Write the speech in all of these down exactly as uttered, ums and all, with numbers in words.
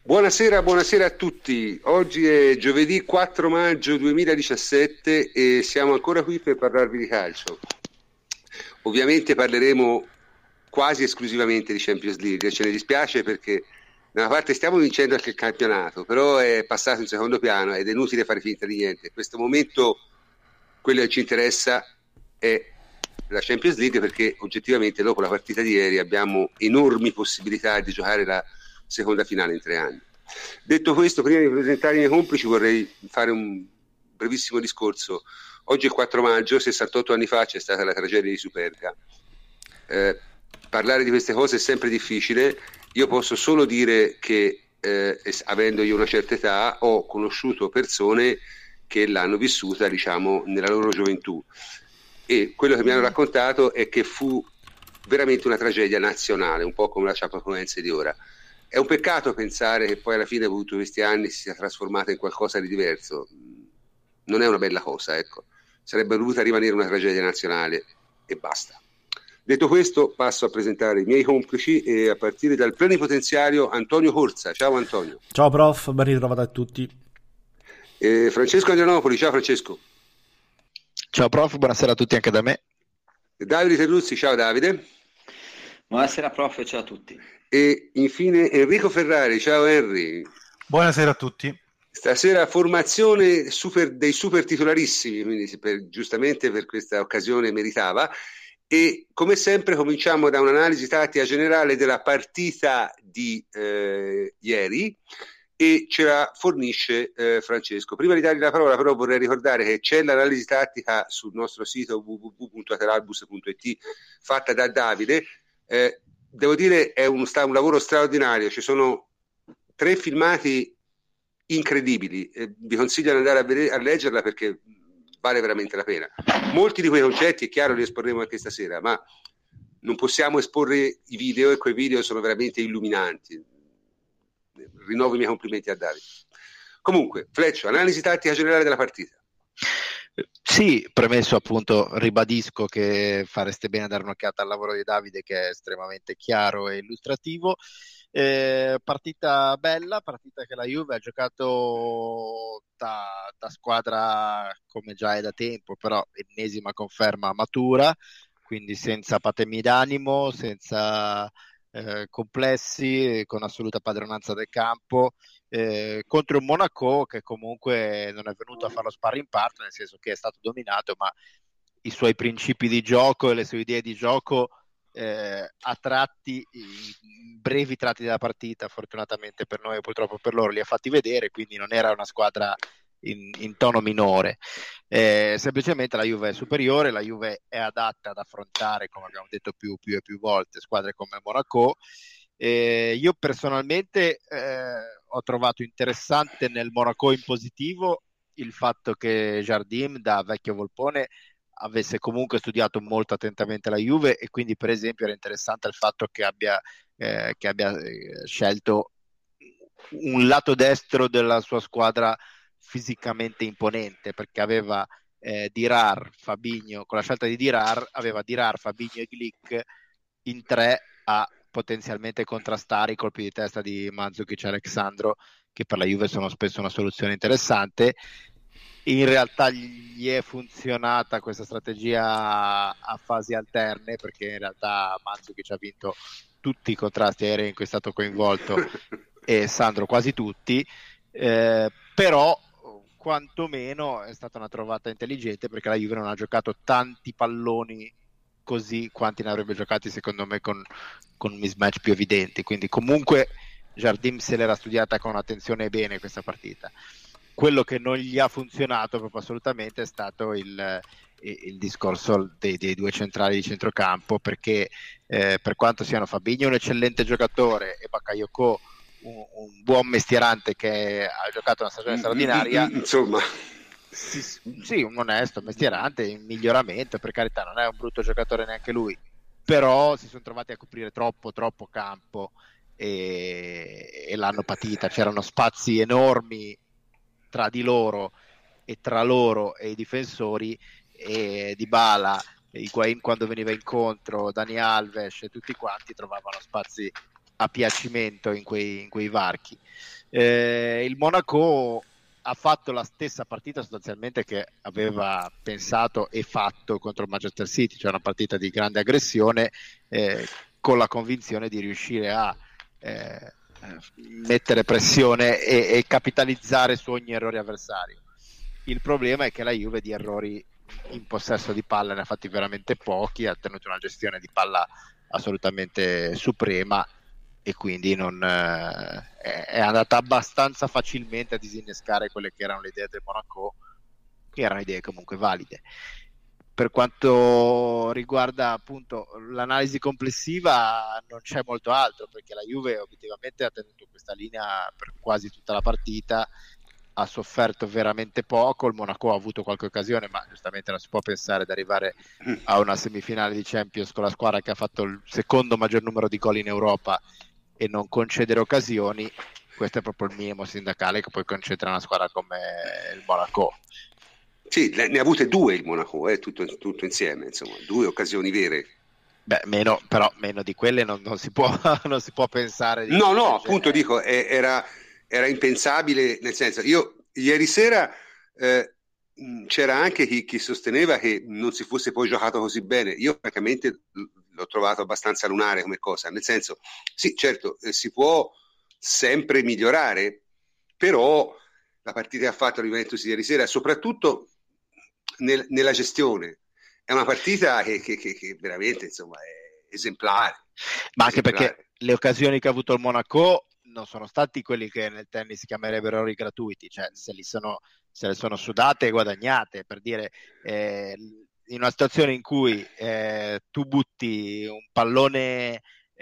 Buonasera, buonasera a tutti. Oggi è giovedì quattro maggio duemiladiciassette e siamo ancora qui per parlarvi di calcio. Ovviamente parleremo quasi esclusivamente di Champions League, ce ne dispiace perché da una parte stiamo vincendo anche il campionato, però è passato in secondo piano ed è inutile fare finta di niente. In questo momento quello che ci interessa è la Champions League, perché oggettivamente dopo la partita di ieri abbiamo enormi possibilità di giocare la seconda finale in tre anni. Detto questo, prima di presentare i miei complici vorrei fare un brevissimo discorso. Oggi è il quattro maggio, sessantotto anni fa c'è stata la tragedia di Superga. Eh, parlare di queste cose è sempre difficile. Io posso solo dire che eh, avendo io una certa età ho conosciuto persone che l'hanno vissuta, diciamo, nella loro gioventù, e quello che mi hanno raccontato è che fu veramente una tragedia nazionale, un po' come la Chapecoense di ora. È un peccato pensare che poi alla fine, dopo questi anni, si sia trasformata in qualcosa di diverso. Non è una bella cosa, ecco. Sarebbe dovuta rimanere una tragedia nazionale e basta. Detto questo, passo a presentare i miei complici e a partire dal plenipotenziario Antonio Corsa. Ciao Antonio. Ciao prof, ben ritrovato a tutti. E Francesco Adrianopoli. Ciao Francesco. Ciao prof, buonasera a tutti anche da me. Davide Terruzzi. Ciao Davide. Buonasera prof e ciao a tutti. E infine Enrico Ferrari. Ciao Henry. Buonasera a tutti. Stasera formazione super, dei super titolarissimi, quindi per, giustamente per questa occasione meritava. E come sempre cominciamo da un'analisi tattica generale della partita di eh, ieri, e ce la fornisce eh, Francesco. Prima di dargli la parola però vorrei ricordare che c'è l'analisi tattica sul nostro sito w w w punto ateralbus punto i t fatta da Davide. Eh, devo dire è un, sta, un lavoro straordinario, ci sono tre filmati incredibili, eh, vi consiglio di andare a, vedere, a leggerla perché vale veramente la pena. Molti di quei concetti, è chiaro, li esporremo anche stasera, ma non possiamo esporre i video, e quei video sono veramente illuminanti. Rinnovo i miei complimenti a Davide. Comunque, Fleccio, analisi tattica generale della partita. Sì, premesso appunto, ribadisco che fareste bene a dare un'occhiata al lavoro di Davide, che è estremamente chiaro e illustrativo. Eh, partita bella, partita che la Juve ha giocato da, da squadra come già è da tempo, però ennesima conferma matura, quindi senza patemi d'animo, senza eh, complessi, con assoluta padronanza del campo, eh, contro un Monaco che comunque non è venuto a fare lo sparring partner, nel senso che è stato dominato, ma i suoi principi di gioco e le sue idee di gioco Eh, a tratti, i brevi tratti della partita, fortunatamente per noi e purtroppo per loro, li ha fatti vedere, quindi non era una squadra in, in tono minore. Eh, semplicemente la Juve è superiore, la Juve è adatta ad affrontare, come abbiamo detto più, più e più volte, squadre come Monaco. Eh, io personalmente eh, ho trovato interessante nel Monaco in positivo il fatto che Jardim, da vecchio volpone, avesse comunque studiato molto attentamente la Juve, e quindi per esempio era interessante il fatto che abbia, eh, che abbia eh, scelto un lato destro della sua squadra fisicamente imponente, perché aveva eh, Dirar, Fabinho, con la scelta di Dirar aveva Dirar, Fabinho e Glick in tre a potenzialmente contrastare i colpi di testa di Mandzukic e Alexandro, che per la Juve sono spesso una soluzione interessante. In realtà gli è funzionata questa strategia a fasi alterne, perché in realtà Mandzukic ha vinto tutti i contrasti aerei in cui è stato coinvolto e Sandro quasi tutti, eh, però quantomeno è stata una trovata intelligente, perché la Juve non ha giocato tanti palloni così quanti ne avrebbe giocati secondo me con, con mismatch più evidenti, quindi comunque Jardim se l'era studiata con attenzione e bene questa partita. Quello che non gli ha funzionato proprio assolutamente è stato il, il discorso dei, dei due centrali di centrocampo, perché eh, per quanto siano Fabinho un eccellente giocatore e Bakayoko un, un buon mestierante che ha giocato una stagione straordinaria, insomma sì, sì, un onesto mestierante in miglioramento, per carità, non è un brutto giocatore neanche lui, però si sono trovati a coprire troppo troppo campo e, e l'hanno patita. C'erano spazi enormi tra di loro e tra loro e i difensori, e Dybala, Higuain quando veniva incontro, Dani Alves e tutti quanti trovavano spazi a piacimento in quei, in quei varchi. Eh, il Monaco ha fatto la stessa partita sostanzialmente che aveva pensato e fatto contro il Manchester City, cioè una partita di grande aggressione, eh, con la convinzione di riuscire a eh, mettere pressione e, e capitalizzare su ogni errore avversario. Il problema è che la Juve di errori in possesso di palla ne ha fatti veramente pochi, ha tenuto una gestione di palla assolutamente suprema e quindi non, eh, è andata abbastanza facilmente a disinnescare quelle che erano le idee del Monaco, che erano idee comunque valide. Per quanto riguarda appunto l'analisi complessiva, non c'è molto altro, perché la Juve obiettivamente ha tenuto questa linea per quasi tutta la partita, ha sofferto veramente poco. Il Monaco ha avuto qualche occasione, ma giustamente non si può pensare di arrivare a una semifinale di Champions con la squadra che ha fatto il secondo maggior numero di gol in Europa e non concedere occasioni. Questo è proprio il minimo sindacale che poi concedere una squadra come il Monaco. Sì, ne ha avute due il Monaco, eh, tutto, tutto insieme, insomma, due occasioni vere. Beh, meno, però meno di quelle non, non, si, può, non si può pensare. Di no, no, appunto genere. Dico, eh, era, era impensabile, nel senso, io ieri sera eh, c'era anche chi, chi sosteneva che non si fosse poi giocato così bene. Io francamente l'ho trovato abbastanza lunare come cosa, nel senso, sì, certo, eh, si può sempre migliorare, però la partita che ha fatto la Juventus ieri sera, soprattutto nel, nella gestione, è una partita che, che, che, che veramente, insomma, è esemplare. Ma anche esemplare. Perché le occasioni che ha avuto il Monaco non sono stati quelli che nel tennis si chiamerebbero errori gratuiti, cioè se, li sono, se le sono sudate e guadagnate, per dire, eh, in una situazione in cui eh, tu butti un pallone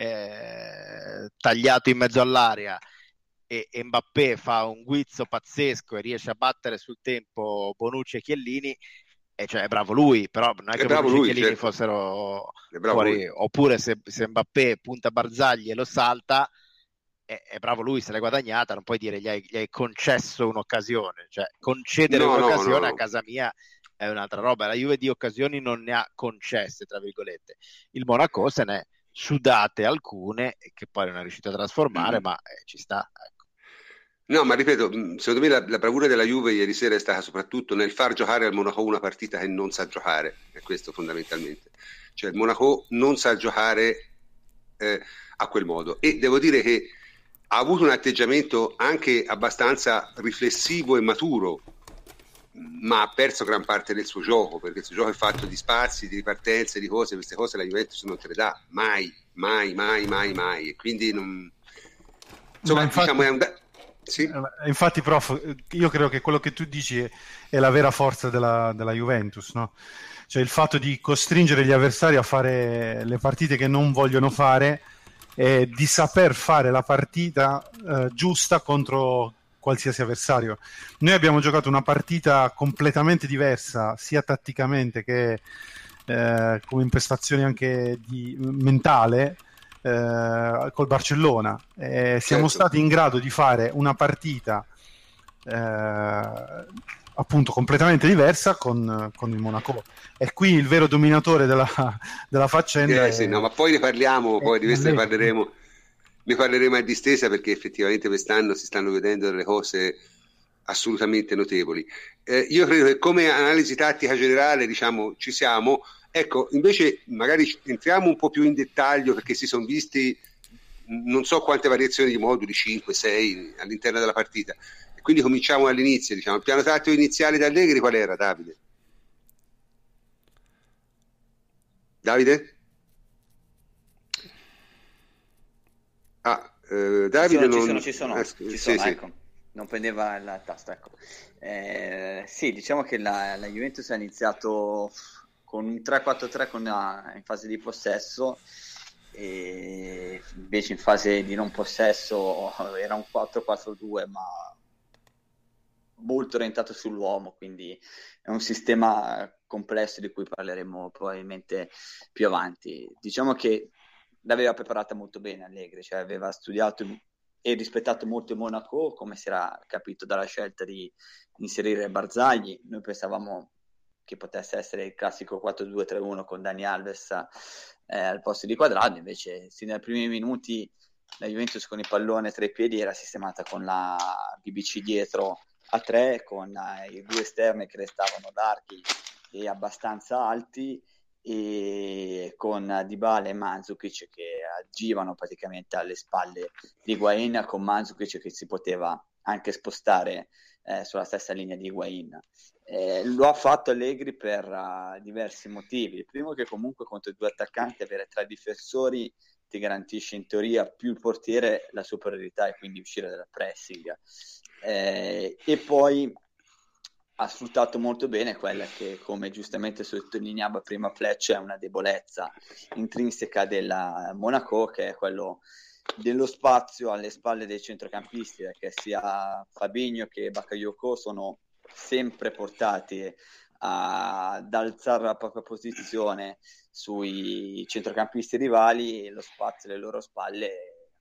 eh, tagliato in mezzo all'area e, e Mbappé fa un guizzo pazzesco e riesce a battere sul tempo Bonucci e Chiellini, e cioè è bravo lui, però non è, è che Bonucci lui, e Chiellini certo. fossero fuori, lui. Oppure se, se Mbappé punta Barzagli e lo salta, è, è bravo lui, se l'è guadagnata, non puoi dire gli hai, gli hai concesso un'occasione, cioè concedere no, un'occasione no, no, no. a casa mia è un'altra roba. La Juve di occasioni non ne ha concesse, tra virgolette. Il Monaco se ne è sudate alcune che poi non è riuscito a trasformare, mm. ma eh, ci sta, ecco. No, ma ripeto, secondo me la, la bravura della Juve ieri sera è stata soprattutto nel far giocare al Monaco una partita che non sa giocare, è questo fondamentalmente. Cioè il Monaco non sa giocare eh, a quel modo, e devo dire che ha avuto un atteggiamento anche abbastanza riflessivo e maturo, ma ha perso gran parte del suo gioco, perché il suo gioco è fatto di spazi, di ripartenze, di cose. Queste cose la Juventus non te le dà mai, mai, mai, mai, mai, e quindi non... insomma, infatti... diciamo è un... Da... Sì. Infatti, prof, io credo che quello che tu dici è, è la vera forza della, della Juventus, no? Cioè il fatto di costringere gli avversari a fare le partite che non vogliono fare e di saper fare la partita eh, giusta contro qualsiasi avversario. Noi abbiamo giocato una partita completamente diversa, sia tatticamente che eh, come impostazione anche di, mentale, Eh, col Barcellona. Eh, siamo certo. stati in grado di fare una partita eh, appunto completamente diversa con, con il Monaco, e qui il vero dominatore della, della faccenda eh, è, sì, no, ma poi ne parliamo, poi di questo ne parleremo, ne parleremo a distesa, perché effettivamente quest'anno si stanno vedendo delle cose assolutamente notevoli. Eh, io credo che come analisi tattica generale, diciamo, ci siamo. Ecco, invece magari entriamo un po' più in dettaglio, perché si sono visti non so quante variazioni di moduli, cinque, sei all'interno della partita, e quindi cominciamo all'inizio. Diciamo, il piano tattico iniziale di Allegri qual era, Davide? Davide? Ah, eh, Davide ci sono, non... ci sono, eh, ci sono, sì, ci sono sì. ecco. Non prendeva il tasto, ecco. Eh, sì, diciamo che la, la Juventus ha iniziato con un tre quattro tre con la, in fase di possesso, e invece in fase di non possesso era un quattro quattro due, ma molto orientato sull'uomo, quindi è un sistema complesso di cui parleremo probabilmente più avanti. Diciamo che l'aveva preparata molto bene Allegri, cioè aveva studiato e rispettato molto il Monaco, come si era capito dalla scelta di inserire Barzagli. Noi pensavamo che potesse essere il classico quattro due tre uno con Dani Alves eh, al posto di Quadrado, invece sin dai primi minuti la Juventus con il pallone tra i piedi era sistemata con la B B C dietro a tre, con eh, i due esterni che restavano larghi e abbastanza alti, e con Dybala e Mandzukic che agivano praticamente alle spalle di Higuain, con Mandzukic che si poteva anche spostare eh, sulla stessa linea di Higuain. Eh, lo ha fatto Allegri per uh, diversi motivi. Il primo, che comunque contro i due attaccanti avere tre difensori ti garantisce in teoria più il portiere la superiorità e quindi uscire dal pressing, eh, e poi ha sfruttato molto bene quella che, come giustamente sottolineava prima Fletch, è una debolezza intrinseca della Monaco, che è quello dello spazio alle spalle dei centrocampisti, perché sia Fabinho che Bakayoko sono sempre portati a, ad alzare la propria posizione sui centrocampisti rivali, e lo spazio alle loro spalle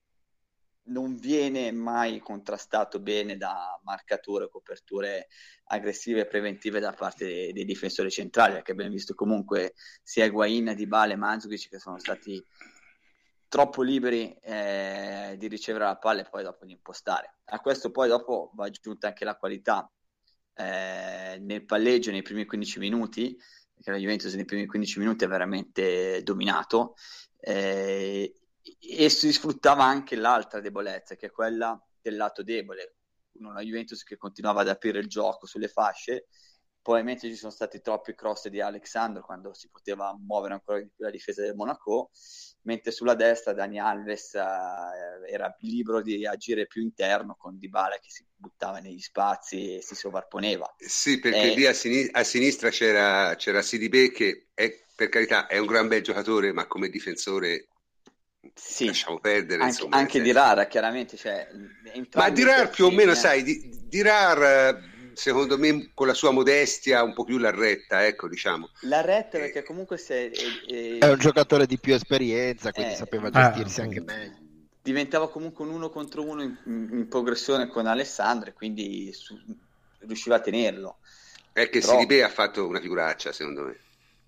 non viene mai contrastato bene da marcature o coperture aggressive e preventive da parte dei, dei difensori centrali, perché abbiamo visto comunque sia Higuain, Dybala e Mandzukic che sono stati troppo liberi eh, di ricevere la palla e poi dopo di impostare. A questo poi dopo va aggiunta anche la qualità eh, nel palleggio nei primi quindici minuti, perché la Juventus nei primi quindici minuti ha veramente dominato, eh, e si sfruttava anche l'altra debolezza, che è quella del lato debole, una Juventus che continuava ad aprire il gioco sulle fasce. Poi mentre ci sono stati troppi cross di Alexandro quando si poteva muovere ancora di più la difesa del Monaco, mentre sulla destra Dani Alves eh, era libero di agire più interno, con Dybala che si buttava negli spazi e si sovrapponeva. Sì, perché eh, lì a, sin- a sinistra c'era, c'era Sidibé, che è, per carità è un gran bel giocatore, ma come difensore sì, lasciamo perdere, anche, insomma, anche senso... Dirar chiaramente, cioè, ma Dirar più o meno, eh. sai, di, Dirar secondo me con la sua modestia un po' più la retta, ecco, diciamo. La retta perché comunque se, eh, è un giocatore di più esperienza, quindi eh, sapeva gestirsi ah, anche meglio. Diventava comunque un uno contro uno in, in progressione con Alessandro, e quindi su, riusciva a tenerlo. È che Però, Sidibé ha fatto una figuraccia, secondo me.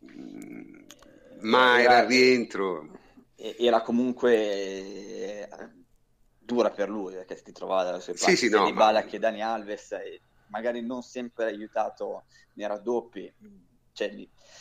Ma era, era al rientro. Era comunque eh, dura per lui, perché si trovava dalle sue parti sì, sì, no, Dybala ma... che Dani Alves, e magari non sempre aiutato nei raddoppi, cioè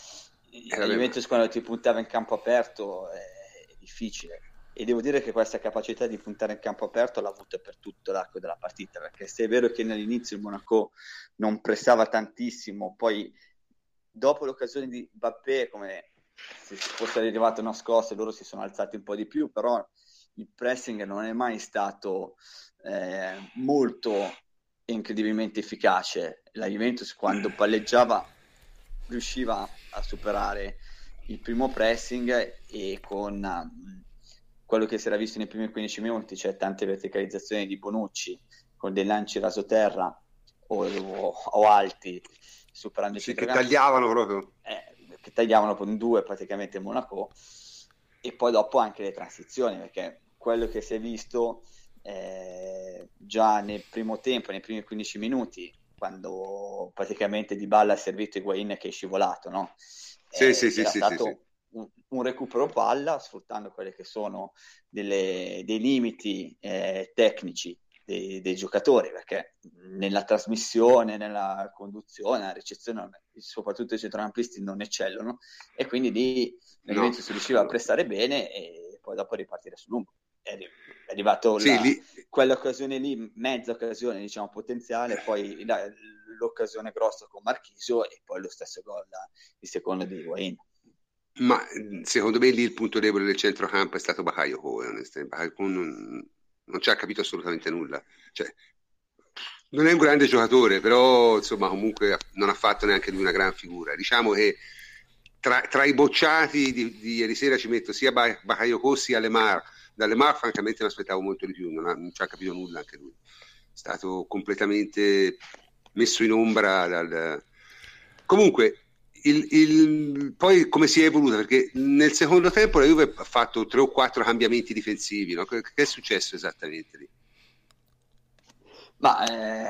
la Juventus quando ti puntava in campo aperto è, è difficile, e devo dire che questa capacità di puntare in campo aperto l'ha avuta per tutto l'arco della partita, perché se è vero che all'inizio il Monaco non pressava tantissimo, poi dopo l'occasione di Mbappé, come se fosse arrivato una scossa, loro si sono alzati un po' di più, però il pressing non è mai stato eh, molto incredibilmente efficace. La Juventus quando palleggiava riusciva a superare il primo pressing, e con um, quello che si era visto nei primi quindici minuti, cioè tante verticalizzazioni di Bonucci con dei lanci rasoterra o, o, o alti, superando sì, i che tagliavano proprio eh, che tagliavano con due praticamente il Monaco, e poi dopo anche le transizioni, perché quello che si è visto eh, già nel primo tempo, nei primi quindici minuti, quando praticamente Dybala ha servito Higuain che è scivolato, no? Sì, Eh, sì, sì, era sì, stato sì, sì. Un, un recupero palla, sfruttando quelli che sono delle, dei limiti eh, tecnici dei, dei giocatori, perché nella trasmissione, nella conduzione, nella ricezione, soprattutto i centrocampisti non eccellono, e quindi lì la Juventus no. si riusciva a prestare bene e poi dopo ripartire sul lungo. È arrivato sì, la, lì... quell'occasione lì, mezza occasione diciamo potenziale, poi la, l'occasione grossa con Marchisio, e poi lo stesso gol, il secondo di Higuain. Ma secondo me lì il punto debole del centrocampo è stato Bakayoko, Bakayoko non, non ci ha capito assolutamente nulla, cioè, non è un grande giocatore, però insomma comunque non ha fatto neanche lui una gran figura. Diciamo che tra, tra i bocciati di, di ieri sera ci metto sia Bakayoko sia Lemar. Da Lemar francamente mi aspettavo molto di più, non, ha, non ci ha capito nulla anche lui, è stato completamente messo in ombra dal... Comunque Il, il, poi come si è evoluta, perché nel secondo tempo la Juve ha fatto tre o quattro cambiamenti difensivi, no? Che, che è successo esattamente lì? Ma eh,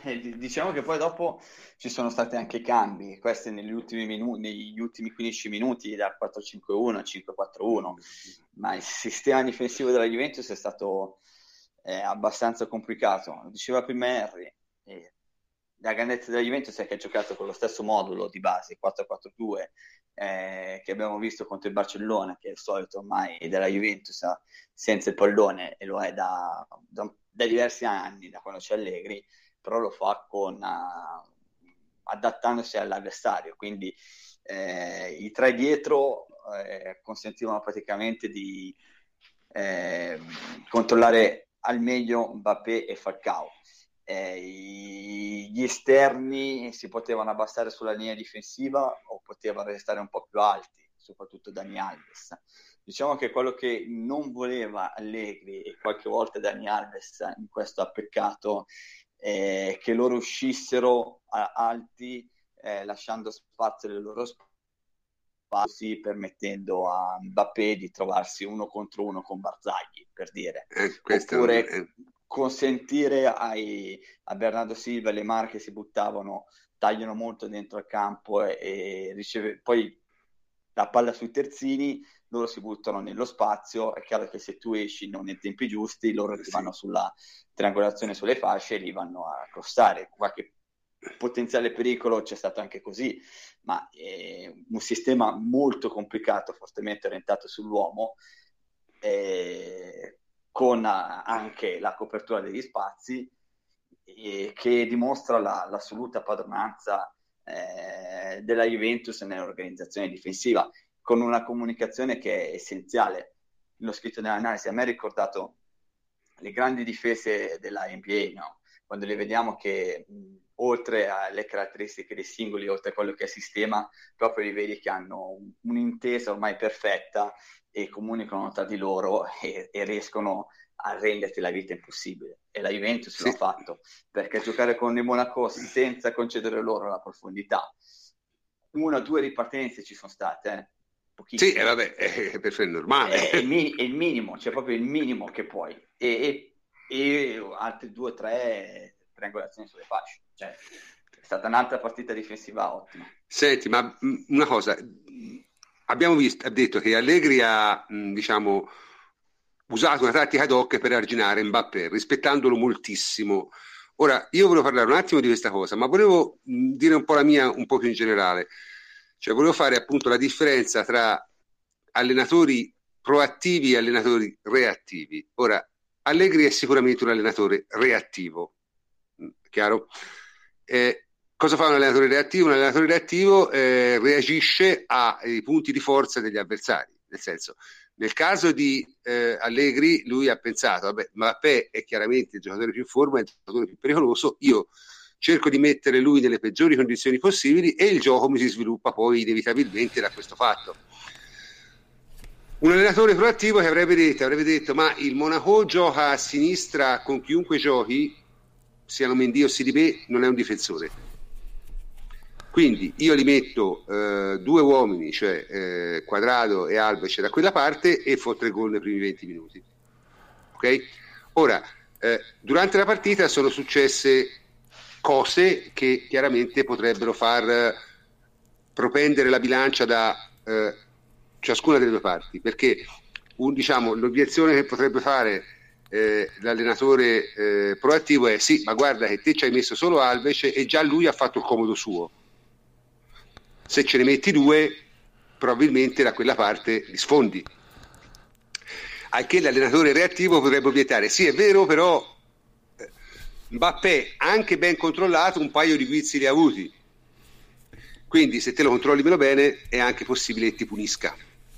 Eh, diciamo che poi dopo ci sono stati anche cambi, questi negli ultimi minuti, negli ultimi quindici minuti dal quattro cinque uno al cinque quattro uno, ma il sistema difensivo della Juventus è stato eh, abbastanza complicato. Lo diceva prima Henry, eh, la grandezza della Juventus è che ha giocato con lo stesso modulo di base quattro quattro due eh, che abbiamo visto contro il Barcellona, che è il solito ormai della Juventus senza il pallone, e lo è da, da, da diversi anni, da quando c'è Allegri, però lo fa con uh, adattandosi all'avversario, quindi eh, i tre dietro eh, consentivano praticamente di eh, controllare al meglio Mbappé e Falcao. Eh, gli esterni si potevano abbassare sulla linea difensiva o potevano restare un po' più alti, soprattutto Dani Alves. Diciamo che quello che non voleva Allegri, e qualche volta Dani Alves in questo ha peccato, è che loro uscissero alti eh, lasciando spazio alle loro spazi, permettendo a Mbappé di trovarsi uno contro uno con Barzagli, per dire. Eh, Oppure è... consentire ai, a Bernardo Silva e Lemar, che si buttavano, tagliano molto dentro al campo e, e riceve poi la palla sui terzini, loro si buttano nello spazio. È chiaro che se tu esci non nei tempi giusti, loro ti vanno sulla triangolazione sulle fasce e li vanno a crossare. Qualche potenziale pericolo c'è stato anche così, ma è un sistema molto complicato, fortemente orientato sull'uomo, eh, con anche la copertura degli spazi, eh, che dimostra la, l'assoluta padronanza eh, della Juventus nell'organizzazione difensiva, con una comunicazione che è essenziale. L'ho scritto nell'analisi, a me ha ricordato le grandi difese della N B A, no? Quando le vediamo che mh, oltre alle caratteristiche dei singoli, oltre a quello che è sistema, proprio li vedi che hanno un, un'intesa ormai perfetta e comunicano tra di loro e, e riescono a renderti la vita impossibile. E la Juventus sì. L'ha fatto, perché giocare con il Monaco senza concedere loro la profondità, una o due ripartenze ci sono state, eh? Sì, eh, vabbè, è perfetto, normale. È, è, mi- è il minimo, cioè proprio il minimo che puoi. E, e, e altri due o tre triangolazioni sulle fasce. Cioè, è stata un'altra partita difensiva ottima. Senti, ma mh, una cosa, abbiamo visto, ha detto che Allegri ha, mh, diciamo, usato una tattica ad hoc per arginare Mbappé, rispettandolo moltissimo. Ora, io volevo parlare un attimo di questa cosa, ma volevo mh, dire un po' la mia, un po' più in generale. Cioè, volevo fare appunto la differenza tra allenatori proattivi e allenatori reattivi. Ora, Allegri è sicuramente un allenatore reattivo, chiaro? Eh, cosa fa un allenatore reattivo? Un allenatore reattivo eh, reagisce ai punti di forza degli avversari, nel senso, nel caso di eh, Allegri, lui ha pensato, vabbè, Mbappé è chiaramente il giocatore più in forma, è il giocatore più pericoloso, io cerco di mettere lui nelle peggiori condizioni possibili e il gioco mi si sviluppa poi inevitabilmente da questo fatto. Un allenatore proattivo che avrebbe detto, avrebbe detto ma il Monaco gioca a sinistra con chiunque giochi, siano Mendy o Sidibé, non è un difensore. Quindi io li metto eh, due uomini, cioè eh, Quadrado e Alves da quella parte e fo tre gol nei primi venti minuti. Ok? Ora, eh, durante la partita sono successe cose che chiaramente potrebbero far propendere la bilancia da eh, ciascuna delle due parti, perché un, diciamo, l'obiezione che potrebbe fare eh, l'allenatore eh, proattivo è sì, ma guarda che te ci hai messo solo Alves e già lui ha fatto il comodo suo, se ce ne metti due probabilmente da quella parte li sfondi. Al che l'allenatore reattivo potrebbe obiettare sì, è vero, però Mbappé, anche ben controllato, un paio di guizzi li ha avuti, quindi se te lo controlli meno bene è anche possibile che ti punisca.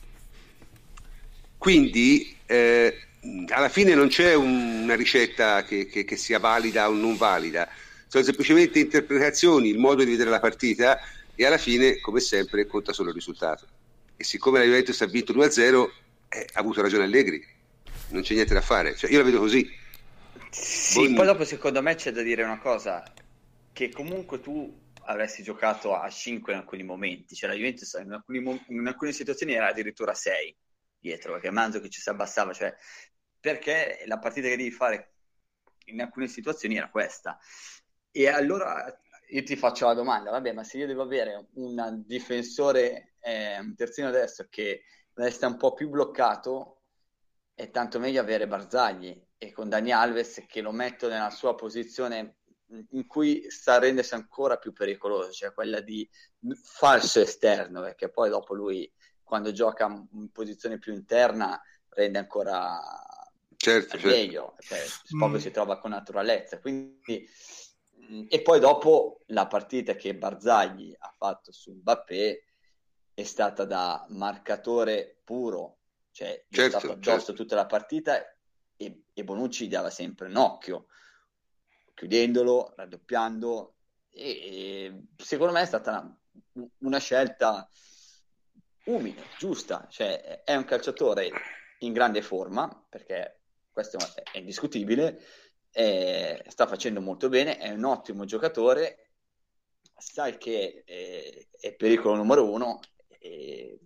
Quindi eh, alla fine non c'è una ricetta che, che, che sia valida o non valida, sono semplicemente interpretazioni, il modo di vedere la partita, e alla fine, come sempre, conta solo il risultato. E siccome la Juventus ha vinto due a zero, eh, ha avuto ragione Allegri, non c'è niente da fare, cioè, io la vedo così. Sì, Bon... poi dopo secondo me c'è da dire una cosa, che comunque tu avresti giocato a cinque in alcuni momenti, cioè la Juventus in, alcuni mo- in alcune situazioni era addirittura a sei dietro, perché Manzo che ci si abbassava, cioè perché la partita che devi fare in alcune situazioni era questa. e allora io ti faccio la domanda, vabbè, ma se io devo avere un difensore, eh, un terzino destro che resta un po' più bloccato, è tanto meglio avere Barzagli, e con Dani Alves che lo metto nella sua posizione in cui sta a rendersi ancora più pericoloso, cioè quella di falso esterno, perché poi dopo lui quando gioca in posizione più interna rende ancora certo, meglio, certo. Cioè, proprio mm. si trova con naturalezza, quindi e poi dopo la partita che Barzagli ha fatto su Mbappé è stata da marcatore puro, cioè gli certo, è stato addosso certo. tutta la partita, e, e Bonucci dava sempre un occhio, chiudendolo, raddoppiando, e, e secondo me è stata una, una scelta umile, giusta, cioè è un calciatore in grande forma, perché questo è indiscutibile, eh, sta facendo molto bene, è un ottimo giocatore, sai che è, è pericolo numero uno, e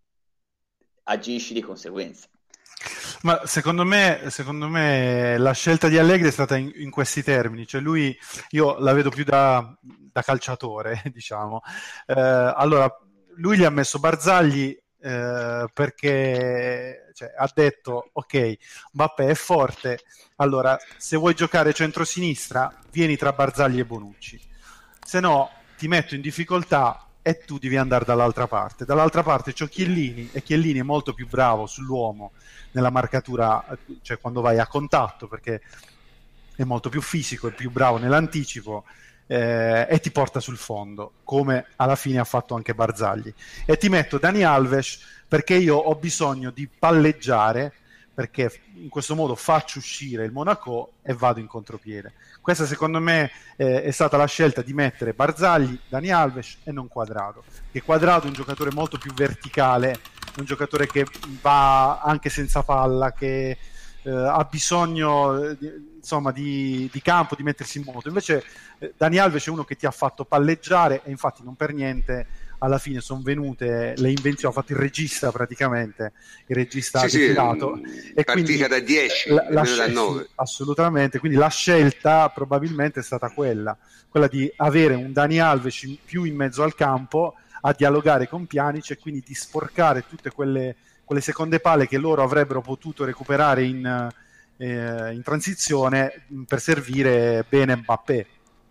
agisci di conseguenza. Ma secondo me, secondo me la scelta di Allegri è stata in, in questi termini, cioè lui, io la vedo più da, da calciatore, diciamo. Eh, allora, lui gli ha messo Barzagli eh, perché cioè, ha detto, ok, Mbappé è forte, allora se vuoi giocare centrosinistra vieni tra Barzagli e Bonucci, se no ti metto in difficoltà e tu devi andare dall'altra parte. Dall'altra parte c'ho Chiellini, e Chiellini è molto più bravo sull'uomo nella marcatura, cioè quando vai a contatto, perché è molto più fisico, è più bravo nell'anticipo, eh, e ti porta sul fondo, come alla fine ha fatto anche Barzagli. E ti metto Dani Alves perché io ho bisogno di palleggiare, perché in questo modo faccio uscire il Monaco e vado in contropiede. Questa secondo me eh, è stata la scelta di mettere Barzagli, Dani Alves e non Quadrado, che Quadrado è un giocatore molto più verticale, un giocatore che va anche senza palla, che eh, ha bisogno di, insomma di, di campo, di mettersi in moto. Invece eh, Dani Alves è uno che ti ha fatto palleggiare, e infatti non per niente alla fine sono venute le invenzioni, ha fatto il regista praticamente, il regista sì, ha defilato, sì, e partita quindi da dieci, la, la da nove. Sì, assolutamente, quindi la scelta probabilmente è stata quella, quella di avere un Dani Alves in, più in mezzo al campo a dialogare con Pjanic, e quindi di sporcare tutte quelle, quelle seconde palle che loro avrebbero potuto recuperare in, eh, in transizione per servire bene Mbappé.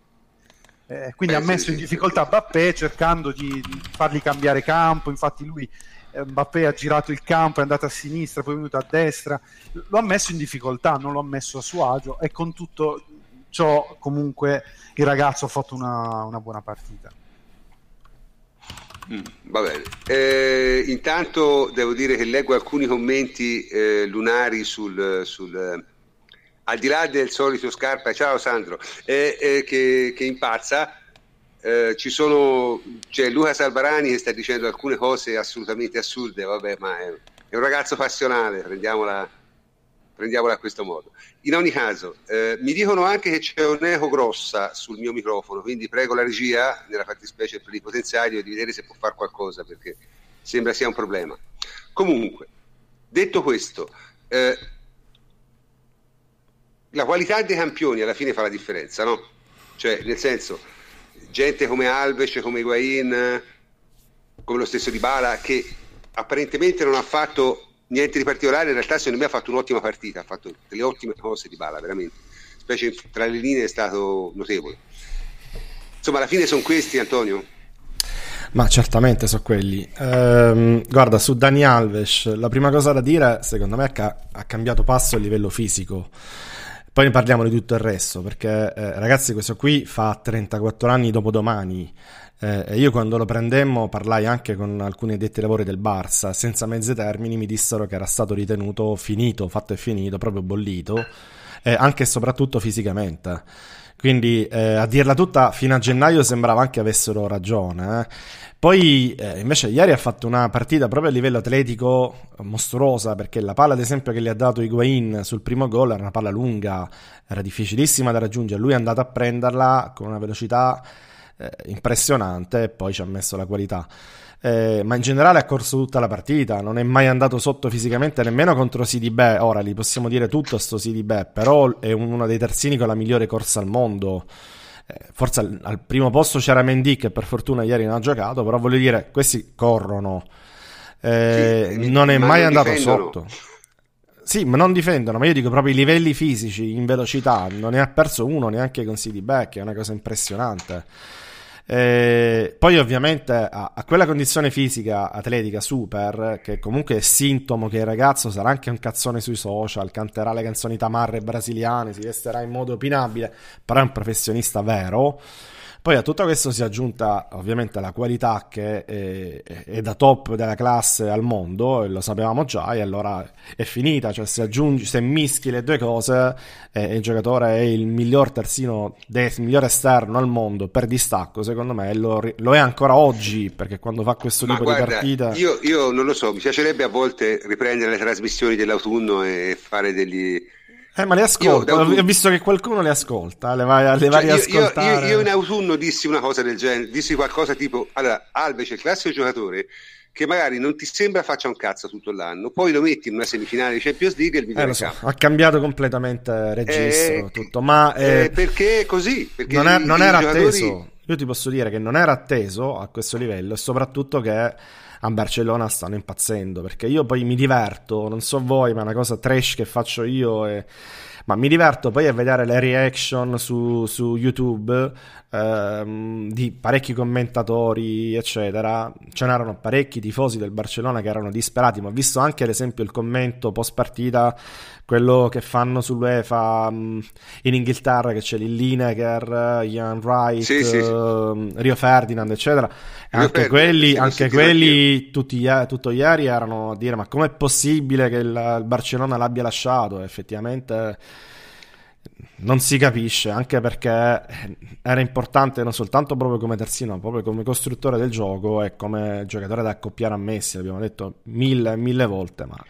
Eh, quindi Beh, ha messo sì, in difficoltà sì. Mbappé, cercando di, di fargli cambiare campo. Infatti lui, eh, Mbappé ha girato il campo, è andato a sinistra, poi è venuto a destra, lo ha messo in difficoltà, non lo ha messo a suo agio, e con tutto ciò comunque il ragazzo ha fatto una, una buona partita. Mm, va bene. Eh, intanto devo dire che leggo alcuni commenti eh, lunari sul... sul al di là del solito Scarpa, ciao Sandro, eh, eh, che, che impazza, eh, ci sono, c'è Luca Salvarani che sta dicendo alcune cose assolutamente assurde, vabbè, ma è, è un ragazzo passionale, prendiamola, prendiamola a questo modo. In ogni caso, eh, mi dicono anche che c'è un'eco grossa sul mio microfono, quindi prego la regia, nella fattispecie il plenipotenziario, di vedere se può fare qualcosa, perché sembra sia un problema. Comunque, detto questo, eh, la qualità dei campioni alla fine fa la differenza, no? Cioè, nel senso, gente come Alves, come Higuain, come lo stesso Dybala, che apparentemente non ha fatto niente di particolare, in realtà secondo me ha fatto un'ottima partita, ha fatto delle ottime cose Dybala, veramente, specie tra le linee è stato notevole. Insomma, alla fine sono questi, Antonio? Ma certamente sono quelli. Ehm, guarda, su Dani Alves, la prima cosa da dire, secondo me, è che ha cambiato passo a livello fisico. Poi ne parliamo di tutto il resto, perché eh, ragazzi, questo qui fa trentaquattro anni dopodomani, eh, e io quando lo prendemmo parlai anche con alcuni addetti ai lavori del Barça, senza mezzi termini mi dissero che era stato ritenuto finito, fatto e finito, proprio bollito, eh, anche e soprattutto fisicamente. Quindi eh, a dirla tutta, fino a gennaio sembrava anche avessero ragione, eh. Poi eh, invece ieri ha fatto una partita proprio a livello atletico mostruosa, perché la palla ad esempio che gli ha dato Higuain sul primo gol era una palla lunga, era difficilissima da raggiungere, lui è andato a prenderla con una velocità eh, impressionante, e poi ci ha messo la qualità. Eh, ma in generale ha corso tutta la partita, non è mai andato sotto fisicamente nemmeno contro Sidibé. Ora gli possiamo dire tutto sto Sidibé, però è uno dei terzini con la migliore corsa al mondo, forse al, al primo posto c'era Mendy che per fortuna ieri non ha giocato, però voglio dire, questi corrono, eh, sì, non è mai non andato difendono. sotto. Sì, ma non difendono, ma io dico proprio i livelli fisici in velocità, non ne ha perso uno neanche con C D Back, è una cosa impressionante. Eh, poi ovviamente a, a quella condizione fisica atletica super, che comunque è sintomo che il ragazzo sarà anche un cazzone sui social, canterà le canzoni tamarre brasiliane, si vesterà in modo opinabile, però è un professionista vero. Poi a tutto questo si è aggiunta ovviamente la qualità che è, è da top della classe al mondo, e lo sapevamo già, e allora è finita, cioè se aggiungi, se mischi le due cose, eh, il giocatore è il miglior terzino, il miglior esterno al mondo per distacco, secondo me lo, lo è ancora oggi, perché quando fa questo Ma tipo guarda, di partita... io, io non lo so, mi piacerebbe a volte riprendere le trasmissioni dell'autunno e fare degli... Eh, ma le ascolto, Io, ho visto che qualcuno le ascolta, le va, le Cioè, va a io, io, io, riascoltare. io in autunno dissi una cosa del genere, dissi qualcosa tipo, allora, Alves è il classico giocatore che magari non ti sembra faccia un cazzo tutto l'anno, poi lo metti in una semifinale di Champions League e il video Eh, lo so, ha cambiato completamente registro, eh, tutto, ma... eh, Eh, perché così? Perché non, è, i, non i era giocatori... atteso, io ti posso dire che non era atteso a questo livello, e soprattutto che a Barcellona stanno impazzendo, perché io poi mi diverto, non so voi, ma è una cosa trash che faccio io, e... ma mi diverto poi a vedere le reaction su, su YouTube ehm, di parecchi commentatori eccetera. Ce n'erano parecchi tifosi del Barcellona che erano disperati, ma ho visto anche ad esempio il commento post partita, quello che fanno sull'UEFA mh, in Inghilterra, che c'è lì Lineker, Ian Wright, Sì, sì, sì. uh, Rio Ferdinand eccetera, e Rio anche Ferdinand, quelli, sì, l'ho anche sentito quelli tutti, tutto ieri erano a dire ma com'è possibile che il, il Barcellona l'abbia lasciato. Effettivamente non si capisce, anche perché era importante non soltanto proprio come terzino, ma proprio come costruttore del gioco e come giocatore da accoppiare a Messi, l'abbiamo detto mille e mille volte, ma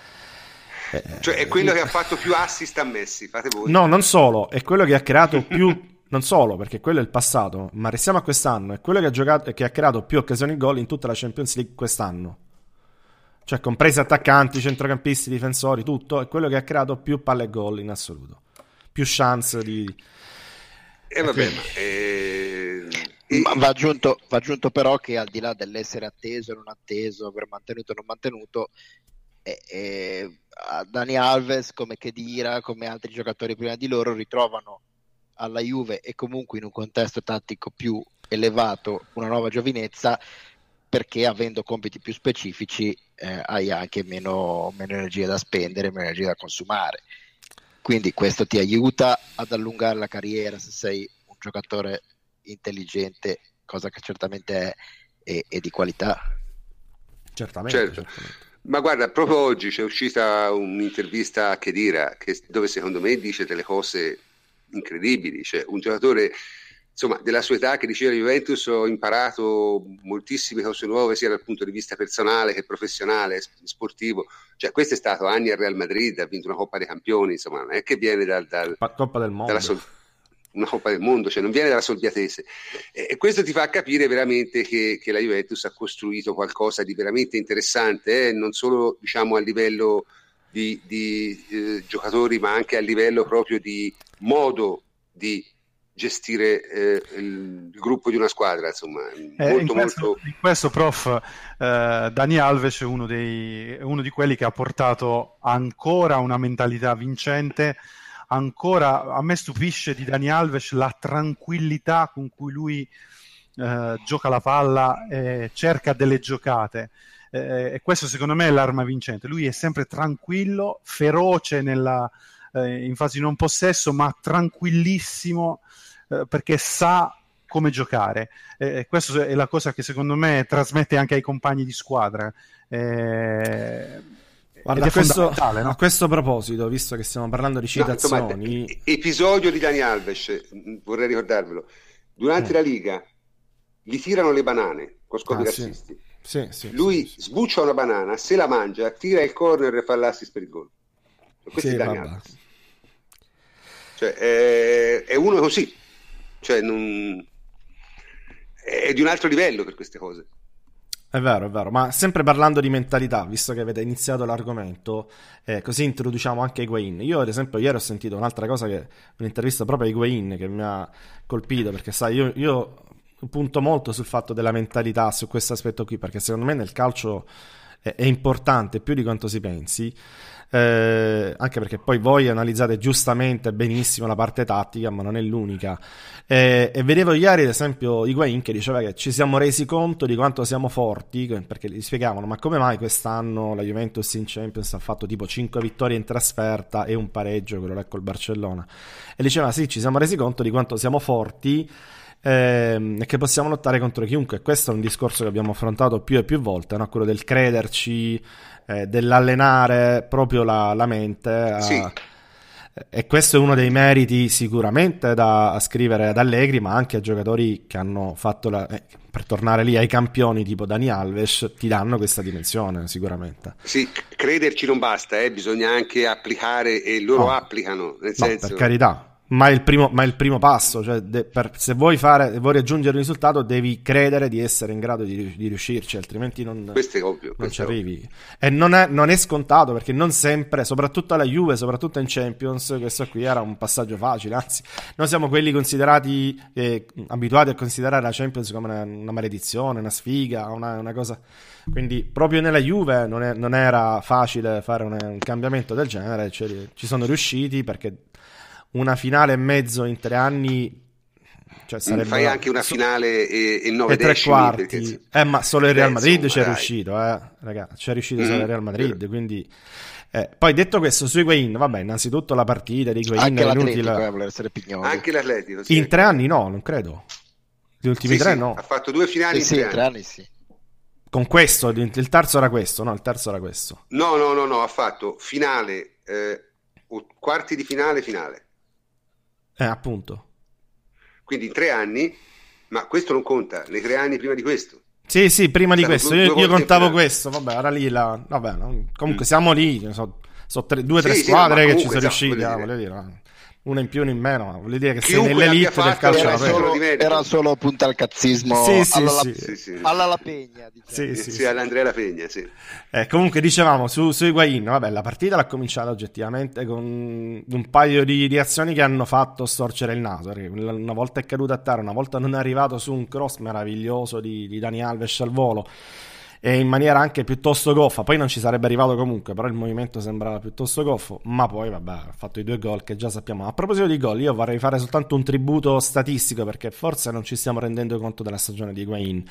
eh, Cioè è quello che ha fatto più assist a Messi, fate voi. no, non solo, è quello che ha creato più non solo, perché quello è il passato, ma restiamo a quest'anno, è quello che ha giocato, che ha creato più occasioni gol in tutta la Champions League quest'anno. Cioè compresi attaccanti, centrocampisti, difensori, tutto, è quello che ha creato più palle e gol in assoluto. Più chance di... E eh, vabbè, ma, eh, ma va, aggiunto, va aggiunto però che al di là dell'essere atteso e non atteso, aver mantenuto e non mantenuto, eh, eh, Dani Alves, come Khedira, come altri giocatori prima di loro, ritrovano alla Juve e comunque in un contesto tattico più elevato una nuova giovinezza, perché avendo compiti più specifici eh, hai anche meno, meno energia da spendere, meno energia da consumare. Quindi questo ti aiuta ad allungare la carriera se sei un giocatore intelligente, cosa che certamente è, e, e di qualità. Certamente, certo. certamente. Ma guarda, proprio oggi c'è uscita un'intervista a Khedira che, dove secondo me dice delle cose incredibili. Cioè, un giocatore insomma della sua età che diceva Juventus ho imparato moltissime cose nuove sia dal punto di vista personale che professionale, sportivo. Cioè questo è stato anni al Real Madrid, ha vinto una Coppa dei Campioni, insomma non è che viene dal, dal, Coppa del Mondo, dalla sol- una Coppa del Mondo, cioè non viene dalla Solbiatese, e, e questo ti fa capire veramente che, che la Juventus ha costruito qualcosa di veramente interessante, eh? Non solo diciamo a livello di, di eh, giocatori, ma anche a livello proprio di modo di gestire eh, il, il gruppo di una squadra, insomma. Eh, molto, in, questo, molto... in questo, prof, eh, Dani Alves è uno, dei, è uno di quelli che ha portato ancora una mentalità vincente. Ancora a me stupisce di Dani Alves la tranquillità con cui lui eh, gioca la palla e cerca delle giocate. Eh, e questo secondo me è l'arma vincente. Lui è sempre tranquillo, feroce nella, eh, in fase di non possesso, ma tranquillissimo, eh, perché sa come giocare. Eh, questa è la cosa che secondo me trasmette anche ai compagni di squadra. Eh, Guarda, a questo, no? a questo proposito, visto che stiamo parlando di citazioni, no, insomma, episodio di Dani Alves, vorrei ricordarvelo, durante mm. la Liga gli tirano le banane con scopi ah, razzisti. Sì. Sì, sì, lui sì, sì. sbuccia una banana, se la mangia, tira il corner e fa l'assist per il gol. Questo sì, è Dani Alves. Cioè, è, è uno così, cioè non... è di un altro livello per queste cose. È vero, è vero, ma sempre parlando di mentalità, visto che avete iniziato l'argomento, eh, così introduciamo anche Higuaín. Io ad esempio ieri ho sentito un'altra cosa, che un'intervista proprio a Higuaín che mi ha colpito, perché sai, io, io punto molto sul fatto della mentalità, su questo aspetto qui, perché secondo me nel calcio è, è importante più di quanto si pensi. Eh, anche perché poi voi analizzate giustamente benissimo la parte tattica, ma non è l'unica. Eh, e vedevo ieri ad esempio Higuaín che diceva che ci siamo resi conto di quanto siamo forti, perché gli spiegavano ma come mai quest'anno la Juventus in Champions ha fatto tipo cinque vittorie in trasferta e un pareggio, quello là col Barcellona, e diceva sì, ci siamo resi conto di quanto siamo forti e che possiamo lottare contro chiunque. Questo è un discorso che abbiamo affrontato più e più volte, no? Quello del crederci, eh, dell'allenare proprio la, la mente a... Sì. E questo è uno dei meriti sicuramente da ascrivere ad Allegri, ma anche a giocatori che hanno fatto la... eh, per tornare lì ai campioni tipo Dani Alves, ti danno questa dimensione sicuramente. Sì, crederci non basta, eh, bisogna anche applicare, e loro no. applicano, nel no, senso... per carità. Ma è il primo, ma è il primo passo, cioè de, per, se vuoi fare, vuoi raggiungere un risultato devi credere di essere in grado di, di riuscirci, altrimenti non, questo è ovvio, non ci è arrivi. Ovvio. E non è, non è scontato, perché non sempre, soprattutto alla Juve, soprattutto in Champions, questo qui era un passaggio facile, anzi noi siamo quelli considerati, eh, abituati a considerare la Champions come una, una maledizione, una sfiga, una, una cosa... Quindi proprio nella Juve non, è, non era facile fare un, un cambiamento del genere, cioè, ci sono riusciti perché una finale e mezzo in tre anni, cioè sarebbe fai anche una finale e, e nove e tre decimi, quarti perché... eh, ma solo il Real Beh, Madrid insomma, c'è dai. riuscito eh, ragazzi, c'è riuscito Mm, solo il Real Madrid, vero. quindi eh, poi detto questo su Higuaín, vabbè, innanzitutto la partita di Higuaín Anche è l'Atletico inutile. eh, voler essere Pignoli. Anche l'Atletico, sì. In tre anni no, non credo, gli ultimi Sì, tre sì, no, ha fatto due finali Sì, in sì, tre tre anni. anni sì. con questo il terzo era questo, no, il terzo era questo No, no, no, no, ha fatto finale, eh, o quarti di finale, finale. eh appunto. Quindi in tre anni, ma questo non conta, nei tre anni prima di questo. Sì, sì, prima di Stato questo, due- io, due io volte in contavo finale. questo, vabbè, era lì la... vabbè, no, comunque Mm. siamo lì, so, so tre, due o tre Sì, sì, squadre no, ma che ci comunque, sono esatto, riuscite, voglio ah, dire. voglio dire, eh, una in più, una in meno, ma voglio dire che sei Chiunque nell'elite l'abbia del fatto calcio era Era solo europeo. solo, di merito. era solo punta al cazzismo Sì, sì, alla, sì. Sì, sì. alla La Pegna, diciamo. Sì, Sì, sì, sì. all'Andrea La Pegna, sì. Eh, comunque dicevamo su, su Higuaín, vabbè, la partita l'ha cominciata oggettivamente con un paio di, di azioni che hanno fatto storcere il naso. Una volta è caduto a terra, una volta non è arrivato su un cross meraviglioso di, di Dani Alves al volo, e in maniera anche piuttosto goffa. Poi non ci sarebbe arrivato comunque, però il movimento sembrava piuttosto goffo, ma poi vabbè, ha fatto i due gol che già sappiamo. A proposito di gol, io vorrei fare soltanto un tributo statistico, perché forse non ci stiamo rendendo conto della stagione di Higuaín,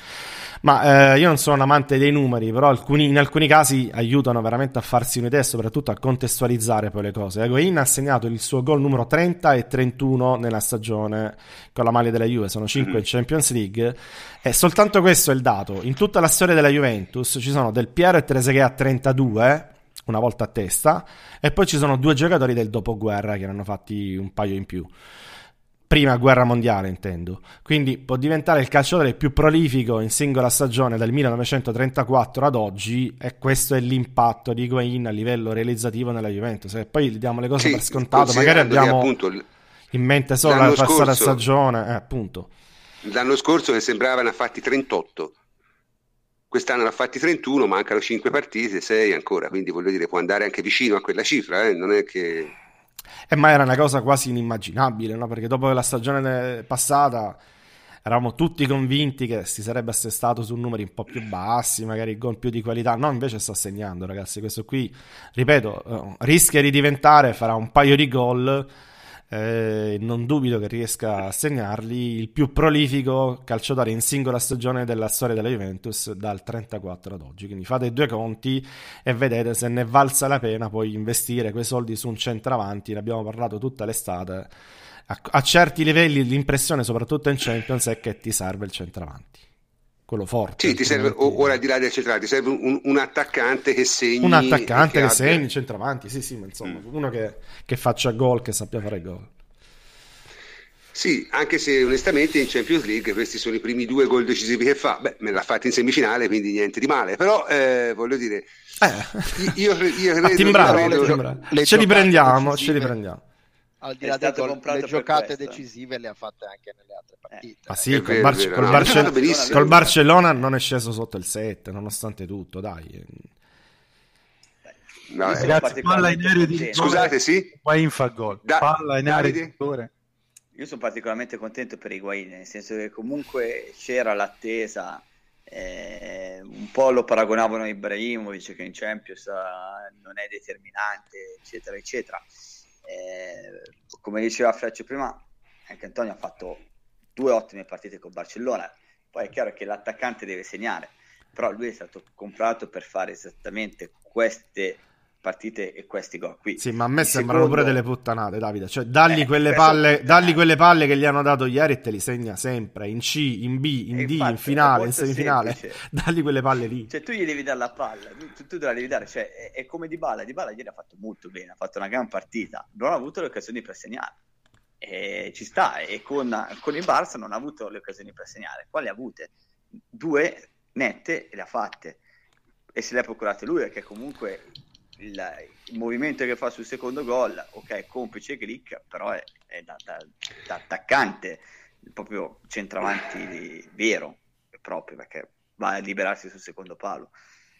ma eh, io non sono un amante dei numeri, però alcuni, in alcuni casi aiutano veramente a farsi un'idea e soprattutto a contestualizzare poi le cose. Higuaín ha segnato il suo gol numero trenta e trentuno nella stagione con la maglia della Juve, sono cinque in Champions League, e soltanto questo è il dato. In tutta la storia della Juventus ci sono Del Piero e Trezeguet a trentadue, una volta a testa, e poi ci sono due giocatori del dopoguerra che ne hanno fatti un paio in più, prima guerra mondiale intendo, quindi può diventare il calciatore più prolifico in singola stagione dal millenovecentotrentaquattro ad oggi, e questo è l'impatto di Higuaín a livello realizzativo nella Juventus. E poi diamo le cose Sì, per scontato, magari considerando che, abbiamo appunto, in mente solo la l'anno passata scorso- stagione, eh, appunto. l'anno scorso che sembravano ha fatti trentotto, quest'anno ne ha fatti trentuno, mancano cinque partite, sei ancora, quindi voglio dire può andare anche vicino a quella cifra, eh? Non è che... Eh, ma era una cosa quasi inimmaginabile, no? Perché dopo la stagione passata eravamo tutti convinti che si sarebbe assestato su numeri un po' più bassi, magari gol più di qualità. No, invece sta segnando, ragazzi. Questo qui, ripeto, eh, rischia di diventare, farà un paio di gol, eh, non dubito che riesca a segnarli, il più prolifico calciatore in singola stagione della storia della Juventus dal trentaquattro ad oggi. Quindi fate i due conti e vedete se ne valsa la pena poi investire quei soldi su un centravanti. Ne abbiamo parlato tutta l'estate. A, a certi livelli l'impressione, soprattutto in Champions, è che ti serve il centravanti, quello forte. Sì, ti serve, altrimenti- ora al di là del centrale, ti serve un, un attaccante che segni, un attaccante che, abbia- segni, centravanti, sì sì, ma insomma, Mm. uno che, che faccia gol, che sappia fare gol. Sì, anche se onestamente in Champions League questi sono i primi due gol decisivi che fa. Beh, me l'ha fatto in semifinale, quindi niente di male, però eh, voglio dire, Eh, io, io credo, a timbrare, io credo- a timbrare. le ce li giocate prendiamo, decisive- ce li prendiamo. al di È là dei stato gol, comprato le per giocate questo. decisive le ha fatte anche nelle altre partite. Ma sì, È col, vero, Barce- è vero, col no, Barcel- ha giocato benissimo. col Barcellona non è sceso sotto il sette, nonostante tutto, dai. No, Io eh. sono Ragazzi, palla in particolarmente area di contento. rigore, Scusate, sì? Higuain fa gol. Da- Palla in area di Davide? rigore. Io sono particolarmente contento per Higuain, nel senso che comunque c'era l'attesa, eh, un po' lo paragonavano a Ibrahimovic che in Champions eh, non è determinante, eccetera, eccetera. Eh, come diceva Freccio prima, anche Antonio ha fatto due ottime partite con Barcellona, poi è chiaro che l'attaccante deve segnare, però lui è stato comprato per fare esattamente queste partite e questi gol qui. Sì, ma a me Il sembrano secondo- pure delle puttanate, Davide. Cioè, dagli, Eh, quelle questo palle, puttanate. dagli quelle palle che gli hanno dato ieri e te li segna sempre. In C, in B, in E D, infatti, in è finale, in molto semifinale. semplice. Dagli quelle palle lì. Cioè tu gli devi dare la palla, tu, tu la devi dare, cioè è, è come Dybala, Dybala ieri ha fatto molto bene, ha fatto una gran partita, non ha avuto le occasioni per segnare, e ci sta, e con, con il Barça non ha avuto le occasioni per segnare, quali ha avute? Due nette e le ha fatte, e se le ha procurate lui, perché comunque il, il movimento che fa sul secondo gol, ok, complice Glick, però è, è da, da, da attaccante, proprio centravanti di, vero e proprio, perché va a liberarsi sul secondo palo.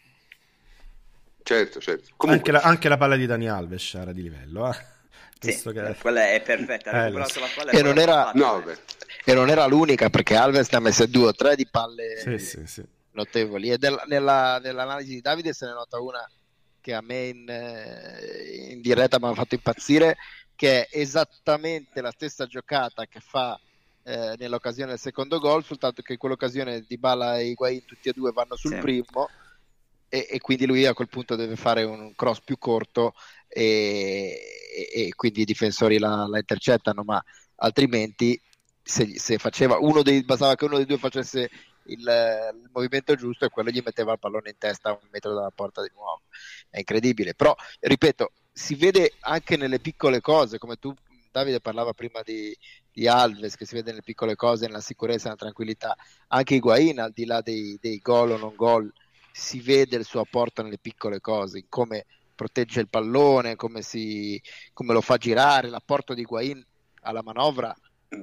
Certo, certo. Anche Comunque, la, anche la palla di Dani Alves era di livello, eh. Sì, Visto che... quella è perfetta, ha Eh, recuperato lo la palla E poi non l'ha era- fatta, no, eh. beh. E non era l'unica, perché Alves ne ha messe due o tre di palle Sì, sì, sì. notevoli. E del- nella, nell'analisi di Davide se ne nota una che a me in, eh, in diretta mi ha fatto impazzire, che è esattamente la stessa giocata che fa eh, nell'occasione del secondo gol, soltanto che in quell'occasione Dybala e Higuain tutti e due vanno sul Sì. primo e, e quindi lui a quel punto deve fare un cross più corto e, e- e quindi i difensori la, la intercettano, ma altrimenti se, se faceva uno dei, bastava che uno dei due facesse il, il movimento giusto e quello gli metteva il pallone in testa a un metro dalla porta di nuovo. È incredibile, però ripeto, si vede anche nelle piccole cose, come tu Davide parlava prima di, di Alves, che si vede nelle piccole cose, nella sicurezza, nella tranquillità. Anche Higuain, al di là dei, dei gol o non gol, si vede il suo apporto nelle piccole cose, in come protegge il pallone, come, si, come lo fa girare. L'apporto di Higuain alla manovra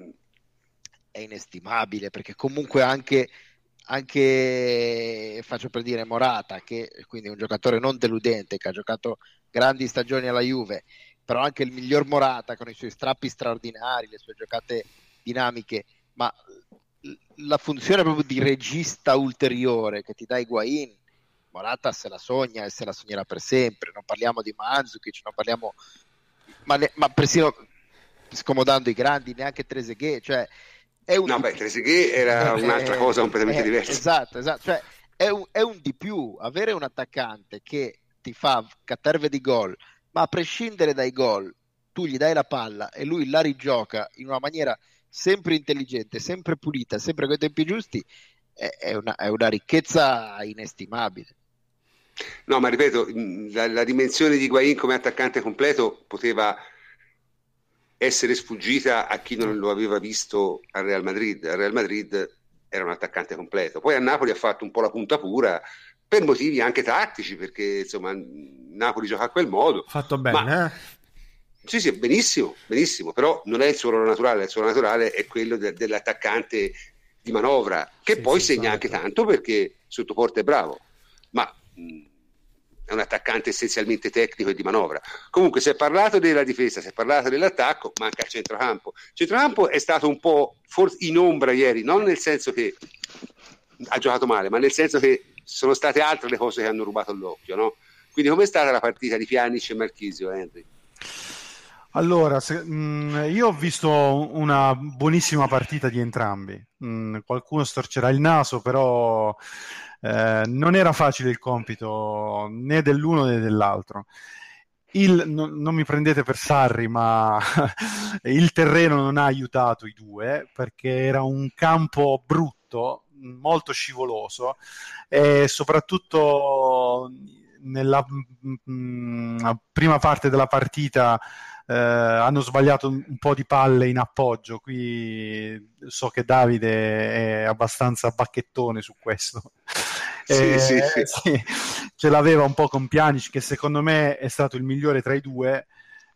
è inestimabile, perché comunque anche, anche faccio per dire Morata, che quindi è un giocatore non deludente, che ha giocato grandi stagioni alla Juve, però anche il miglior Morata con i suoi strappi straordinari, le sue giocate dinamiche, ma la funzione proprio di regista ulteriore che ti dà Higuain, Morata se la sogna e se la sognerà per sempre. Non parliamo di Mandzukic, non parliamo ma, ne, ma persino scomodando i grandi, neanche Trezeguet, cioè è un No, beh, Trezeguet era eh, un'altra cosa completamente eh, diversa. Esatto, esatto, cioè è un, è un di più, avere un attaccante che ti fa caterve di gol, ma a prescindere dai gol tu gli dai la palla e lui la rigioca in una maniera sempre intelligente, sempre pulita, sempre con i tempi giusti, è, è, una, è una ricchezza inestimabile. No, ma ripeto, la, la dimensione di Higuain come attaccante completo poteva essere sfuggita a chi non lo aveva visto al Real Madrid. Al Real Madrid era un attaccante completo. Poi a Napoli ha fatto un po' la punta pura per motivi anche tattici, perché insomma Napoli gioca a quel modo. Fatto bene, ma... eh? Sì, sì, benissimo, benissimo, però non è il suo ruolo naturale, il suo ruolo naturale è quello de- dell'attaccante di manovra, che Sì, poi sì, segna esatto. anche tanto perché sotto porta è bravo, ma mh, è un attaccante essenzialmente tecnico e di manovra. Comunque si è parlato della difesa, si è parlato dell'attacco, manca il centrocampo. Il centrocampo è stato un po' forse in ombra ieri, non nel senso che ha giocato male, ma nel senso che sono state altre le cose che hanno rubato l'occhio, no? Quindi com'è stata la partita di Pjanic e Marchisio, Henry? Allora, se, mh, io ho visto una buonissima partita di entrambi. Mh, qualcuno storcerà il naso, però eh, non era facile il compito né dell'uno né dell'altro. Il, no, non mi prendete per Sarri, ma il terreno non ha aiutato i due, perché era un campo brutto, molto scivoloso, e soprattutto nella mh, prima parte della partita eh, hanno sbagliato un, un po' di palle in appoggio. Qui so che Davide è abbastanza bacchettone su questo. Sì, eh, sì, sì. sì, ce l'aveva un po' con Pjanic, che secondo me è stato il migliore tra i due,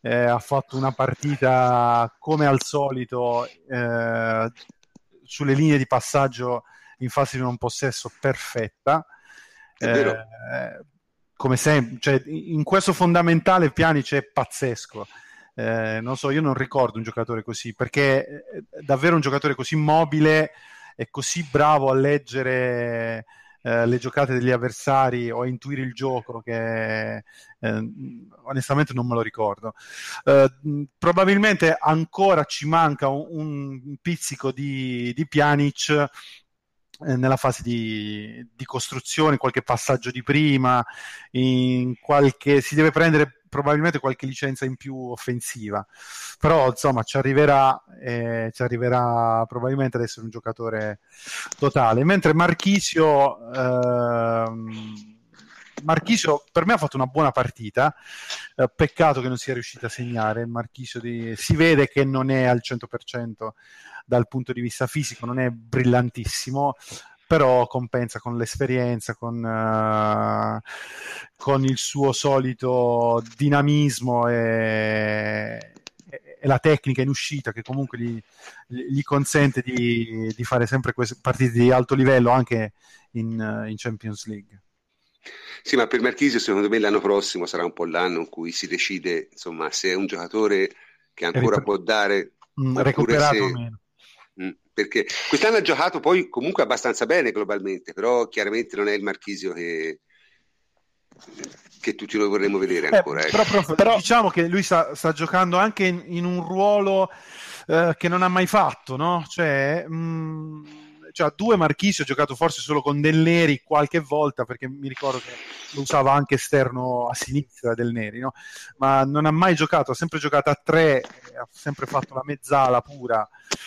eh, ha fatto una partita come al solito eh, sulle linee di passaggio in fase di non possesso perfetta. È vero. Eh, come sempre, cioè, in questo fondamentale Pjanic è pazzesco. Eh, non so, io non ricordo un giocatore così, perché è davvero un giocatore così mobile e così bravo a leggere eh, le giocate degli avversari o a intuire il gioco che eh, onestamente non me lo ricordo. Eh, probabilmente ancora ci manca un, un pizzico di, di Pjanic nella fase di, di costruzione, qualche passaggio di prima, in qualche, si deve prendere probabilmente qualche licenza in più offensiva, però insomma ci arriverà, eh, ci arriverà probabilmente ad essere un giocatore totale, mentre Marchisio ehm, Marchisio per me ha fatto una buona partita, eh, peccato che non sia riuscito a segnare. Marchisio di, si vede che non è al cento per cento dal punto di vista fisico, non è brillantissimo, però compensa con l'esperienza, con, uh, con il suo solito dinamismo e, e la tecnica in uscita che comunque gli, gli consente di, di fare sempre queste partite di alto livello anche in, in Champions League. Sì, ma per Marchisio secondo me l'anno prossimo sarà un po' l'anno in cui si decide, insomma, se è un giocatore che ancora Rip- può dare mm, recuperato se... o meno. Mm, perché quest'anno ha giocato poi comunque abbastanza bene globalmente, però chiaramente non è il Marchisio che, che tutti noi vorremmo vedere ancora. Eh, ecco. però, prof, però diciamo che lui sta, sta giocando anche in, in un ruolo eh, che non ha mai fatto, no? Cioè... Mh... Cioè, a due Marchisio ha giocato forse solo con Del Neri qualche volta, perché mi ricordo che lo usava anche esterno a sinistra Del Neri, no? Ma non ha mai giocato, ha sempre giocato a tre, ha sempre fatto la mezzala pura,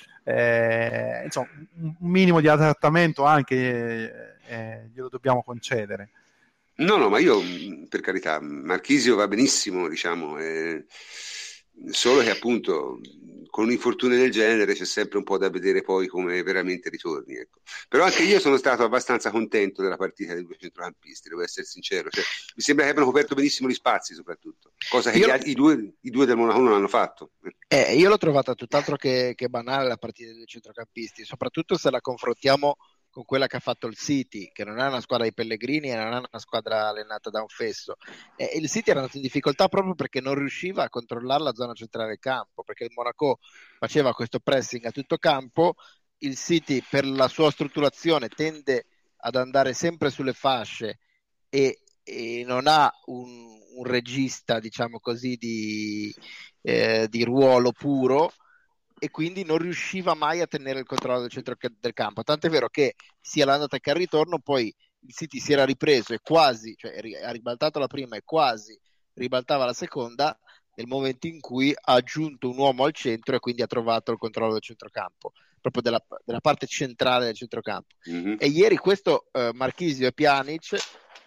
eh, insomma un minimo di adattamento anche eh, glielo dobbiamo concedere. No, no, ma io per carità, Marchisio va benissimo, diciamo, eh, solo che appunto con un infortunio del genere c'è sempre un po' da vedere poi come veramente ritorni, ecco. Però anche io sono stato abbastanza contento della partita dei due centrocampisti, devo essere sincero, cioè, mi sembra che abbiano coperto benissimo gli spazi soprattutto, cosa che io... gli, i, due, i due del Monaco non hanno fatto. Eh, io l'ho trovata tutt'altro che, che banale la partita dei centrocampisti, soprattutto se la confrontiamo con quella che ha fatto il City, che non è una squadra di Pellegrini e non è una squadra allenata da un fesso. E il City era andato in difficoltà proprio perché non riusciva a controllare la zona centrale del campo, perché il Monaco faceva questo pressing a tutto campo, il City per la sua strutturazione tende ad andare sempre sulle fasce e, e non ha un, un regista, diciamo così, di, eh, di ruolo puro, e quindi non riusciva mai a tenere il controllo del centro del campo, tant'è vero che sia l'andata che al ritorno poi il City si era ripreso e quasi, cioè ha ribaltato la prima e quasi ribaltava la seconda nel momento in cui ha aggiunto un uomo al centro e quindi ha trovato il controllo del centrocampo, proprio della, della parte centrale del centrocampo. Mm-hmm. E ieri questo eh, Marchisio e Pjanic,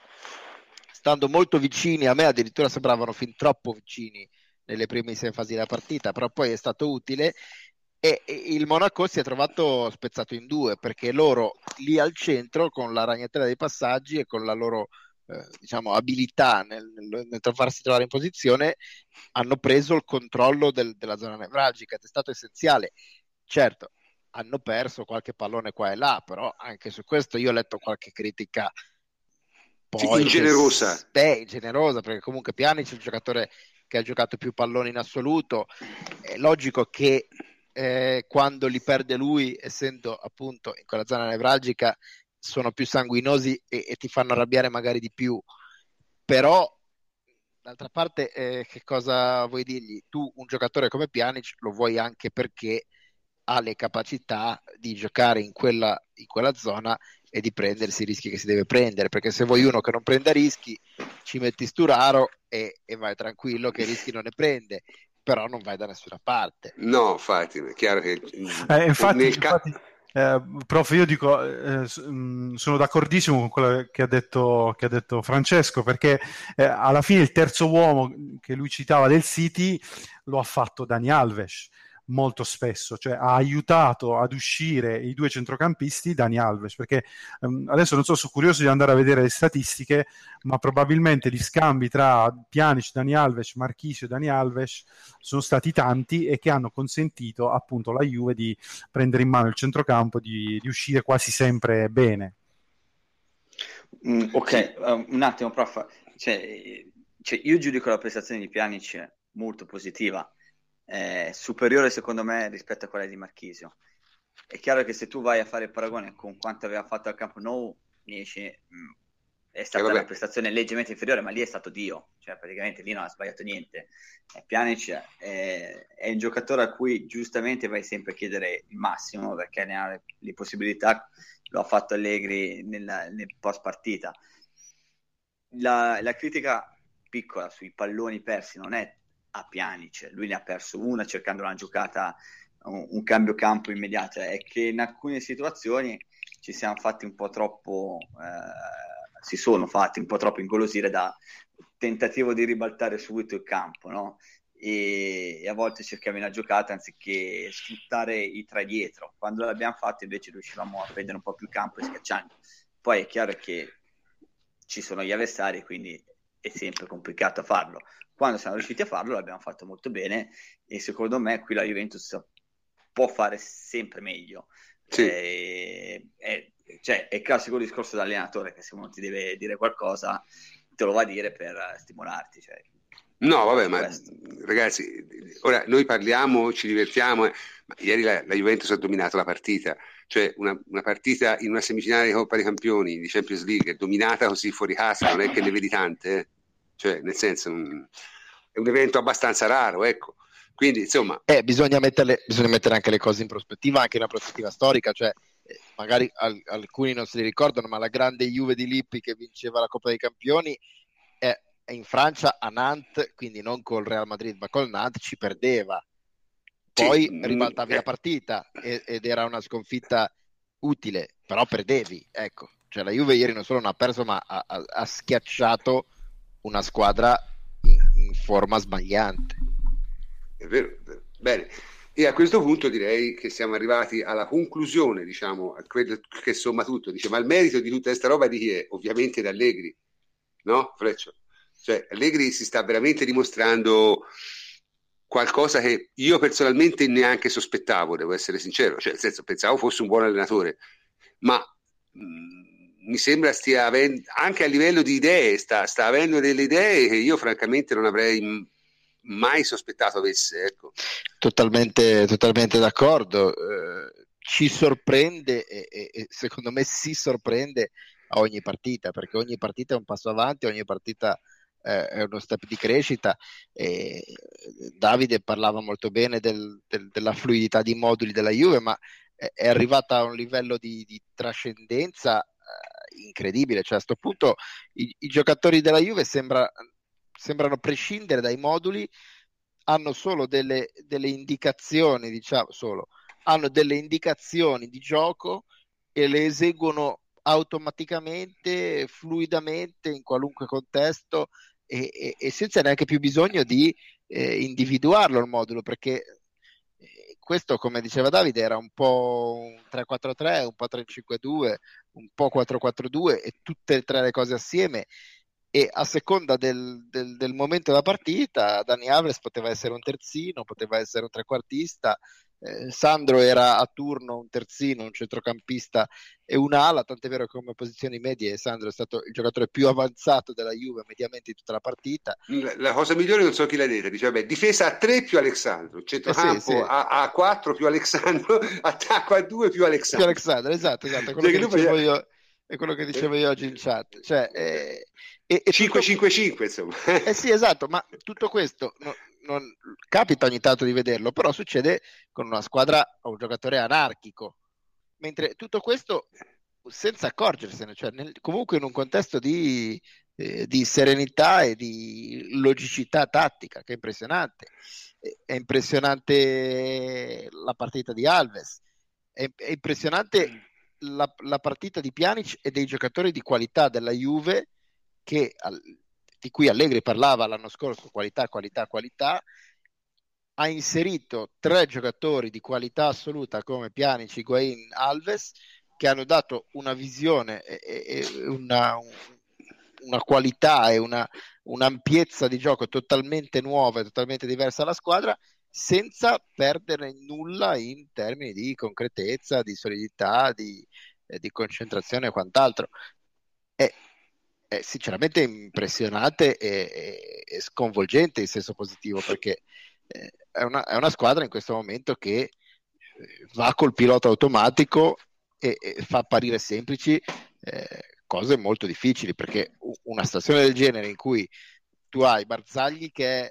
stando molto vicini, a me addirittura sembravano fin troppo vicini nelle primissime fasi della partita, però poi è stato utile e, e il Monaco si è trovato spezzato in due, perché loro lì al centro con la ragnatela dei passaggi e con la loro eh, diciamo abilità nel, nel, nel farsi trovare in posizione hanno preso il controllo del, della zona nevralgica ed è stato essenziale. Certo, hanno perso qualche pallone qua e là, però anche su questo io ho letto qualche critica poi ingenerosa, beh, ingenerosa, perché comunque Pjanic è un giocatore che ha giocato più palloni in assoluto. È logico che eh, quando li perde lui, essendo appunto in quella zona nevralgica, sono più sanguinosi e, e ti fanno arrabbiare magari di più, però d'altra parte eh, che cosa vuoi dirgli? Tu un giocatore come Pjanic lo vuoi anche perché ha le capacità di giocare in quella, in quella zona e di prendersi i rischi che si deve prendere, perché se vuoi uno che non prenda rischi ci metti Sturaro e, e vai tranquillo che rischi non ne prende, però non vai da nessuna parte. No, infatti è chiaro che eh, infatti, nel ca- infatti eh, prof, io dico eh, sono d'accordissimo con quello che ha detto, che ha detto Francesco, perché eh, alla fine il terzo uomo che lui citava del City lo ha fatto Dani Alves, molto spesso, cioè ha aiutato ad uscire i due centrocampisti Dani Alves, perché um, adesso non so, sono curioso di andare a vedere le statistiche, ma probabilmente gli scambi tra Pjanic, Dani Alves, Marchisio e Dani Alves sono stati tanti e che hanno consentito appunto alla Juve di prendere in mano il centrocampo, di, di uscire quasi sempre bene. Mm, ok, um, un attimo, prof. Cioè, cioè, io giudico la prestazione di Pjanic molto positiva, eh, superiore secondo me rispetto a quella di Marchisio. È chiaro che se tu vai a fare il paragone con quanto aveva fatto al Camp Nou, dici, mh, è stata Eh, una prestazione leggermente inferiore, ma lì è stato Dio, cioè praticamente lì non ha sbagliato niente. E Pjanic è, è un giocatore a cui giustamente vai sempre a chiedere il massimo, perché ne ha le, le possibilità, lo ha fatto Allegri nel, nel post partita. La, la critica piccola sui palloni persi non è a Pjanic, lui ne ha perso una cercando una giocata, un, un cambio campo immediato, è che in alcune situazioni ci siamo fatti un po' troppo eh, si sono fatti un po' troppo ingolosire da tentativo di ribaltare subito il campo, no? E, e a volte cercavi una giocata anziché sfruttare i tre dietro, quando l'abbiamo fatto invece riuscivamo a prendere un po' più campo e schiacciando. Poi è chiaro che ci sono gli avversari, quindi è sempre complicato a farlo. Quando siamo riusciti a farlo l'abbiamo fatto molto bene e secondo me qui la Juventus può fare sempre meglio. Sì. Eh, è, cioè, è il classico discorso dell'allenatore che se uno ti deve dire qualcosa te lo va a dire per stimolarti, cioè. No, vabbè, ma Questo. ragazzi, ora noi parliamo, ci divertiamo, eh, ma ieri la, la Juventus ha dominato la partita, cioè una, una partita in una semifinale di Coppa dei Campioni di Champions League dominata così fuori casa, non è che ne vedi tante, eh? Cioè nel senso un, è un evento abbastanza raro, ecco. Quindi insomma eh, bisogna, metterle, bisogna mettere anche le cose in prospettiva, anche in una prospettiva storica, cioè eh, magari al, alcuni non se li ricordano, ma la grande Juve di Lippi che vinceva la Coppa dei Campioni è in Francia a Nantes, quindi non col Real Madrid ma col Nantes, ci perdeva, poi sì, ribaltavi eh. la partita e, ed era una sconfitta utile, però perdevi, ecco, cioè la Juve ieri non solo non ha perso ma ha, ha, ha schiacciato una squadra in, in forma sbagliante. È vero, è vero. Bene, e a questo punto direi che siamo arrivati alla conclusione, diciamo, a quello che somma tutto, dice, ma il merito di tutta questa roba di chi è? Ovviamente da Allegri, no Freccio? Cioè Allegri si sta veramente dimostrando qualcosa che io personalmente neanche sospettavo, devo essere sincero, cioè nel senso pensavo fosse un buon allenatore, ma mh, mi sembra stia avendo, anche a livello di idee, sta, sta avendo delle idee che io francamente non avrei mh, mai sospettato avesse, ecco. Totalmente, totalmente d'accordo, eh, ci sorprende e, e, e secondo me si sorprende a ogni partita, perché ogni partita è un passo avanti, ogni partita è uno step di crescita. E Davide parlava molto bene del, del, della fluidità di moduli della Juve, ma è, è arrivata a un livello di, di trascendenza eh, incredibile, cioè a questo punto i, i giocatori della Juve sembra, sembrano prescindere dai moduli, hanno solo delle, delle indicazioni, diciamo solo, hanno delle indicazioni di gioco e le eseguono automaticamente, fluidamente, in qualunque contesto e, e, e senza neanche più bisogno di eh, individuarlo il modulo, perché eh, questo, come diceva Davide, era un po' un tre quattro tre, un po' tre cinque due, un po' quattro quattro due e tutte e tre le cose assieme, e a seconda del, del, del momento della partita Dani Alves poteva essere un terzino, poteva essere un trequartista, eh, Sandro era a turno un terzino, un centrocampista e un'ala, tant'è vero che come posizioni medie Sandro è stato il giocatore più avanzato della Juve mediamente in tutta la partita. La, la cosa migliore non so chi l'ha detta, dice vabbè, difesa a tre più Alexandro, centrocampo eh sì, sì. A, a quattro più Alexandro, attacco a due più Alexandro. Più Alexandro, esatto, esatto, è quello, cioè, che, che dicevo faceva... io, è quello che dicevo io oggi in chat, cioè eh, e, e cinque cinque cinque insomma. Eh sì, esatto, ma tutto questo no, non capita ogni tanto di vederlo, però succede con una squadra o un giocatore anarchico, mentre tutto questo senza accorgersene, cioè nel, comunque in un contesto di, eh, di serenità e di logicità tattica che è impressionante. È impressionante la partita di Alves, è, è impressionante la, la partita di Pjanic e dei giocatori di qualità della Juve che, al, di cui Allegri parlava l'anno scorso, qualità, qualità, qualità, ha inserito tre giocatori di qualità assoluta come Pjanic, Higuaín, Alves, che hanno dato una visione e, e una, una qualità e una, un'ampiezza di gioco totalmente nuova e totalmente diversa alla squadra, senza perdere nulla in termini di concretezza, di solidità, di, eh, di concentrazione e quant'altro. È, è sinceramente impressionante e, e, e sconvolgente in senso positivo, perché eh, è, una, è una squadra in questo momento che eh, va col pilota automatico e, e fa apparire semplici eh, cose molto difficili, perché una stazione del genere in cui tu hai Barzagli che è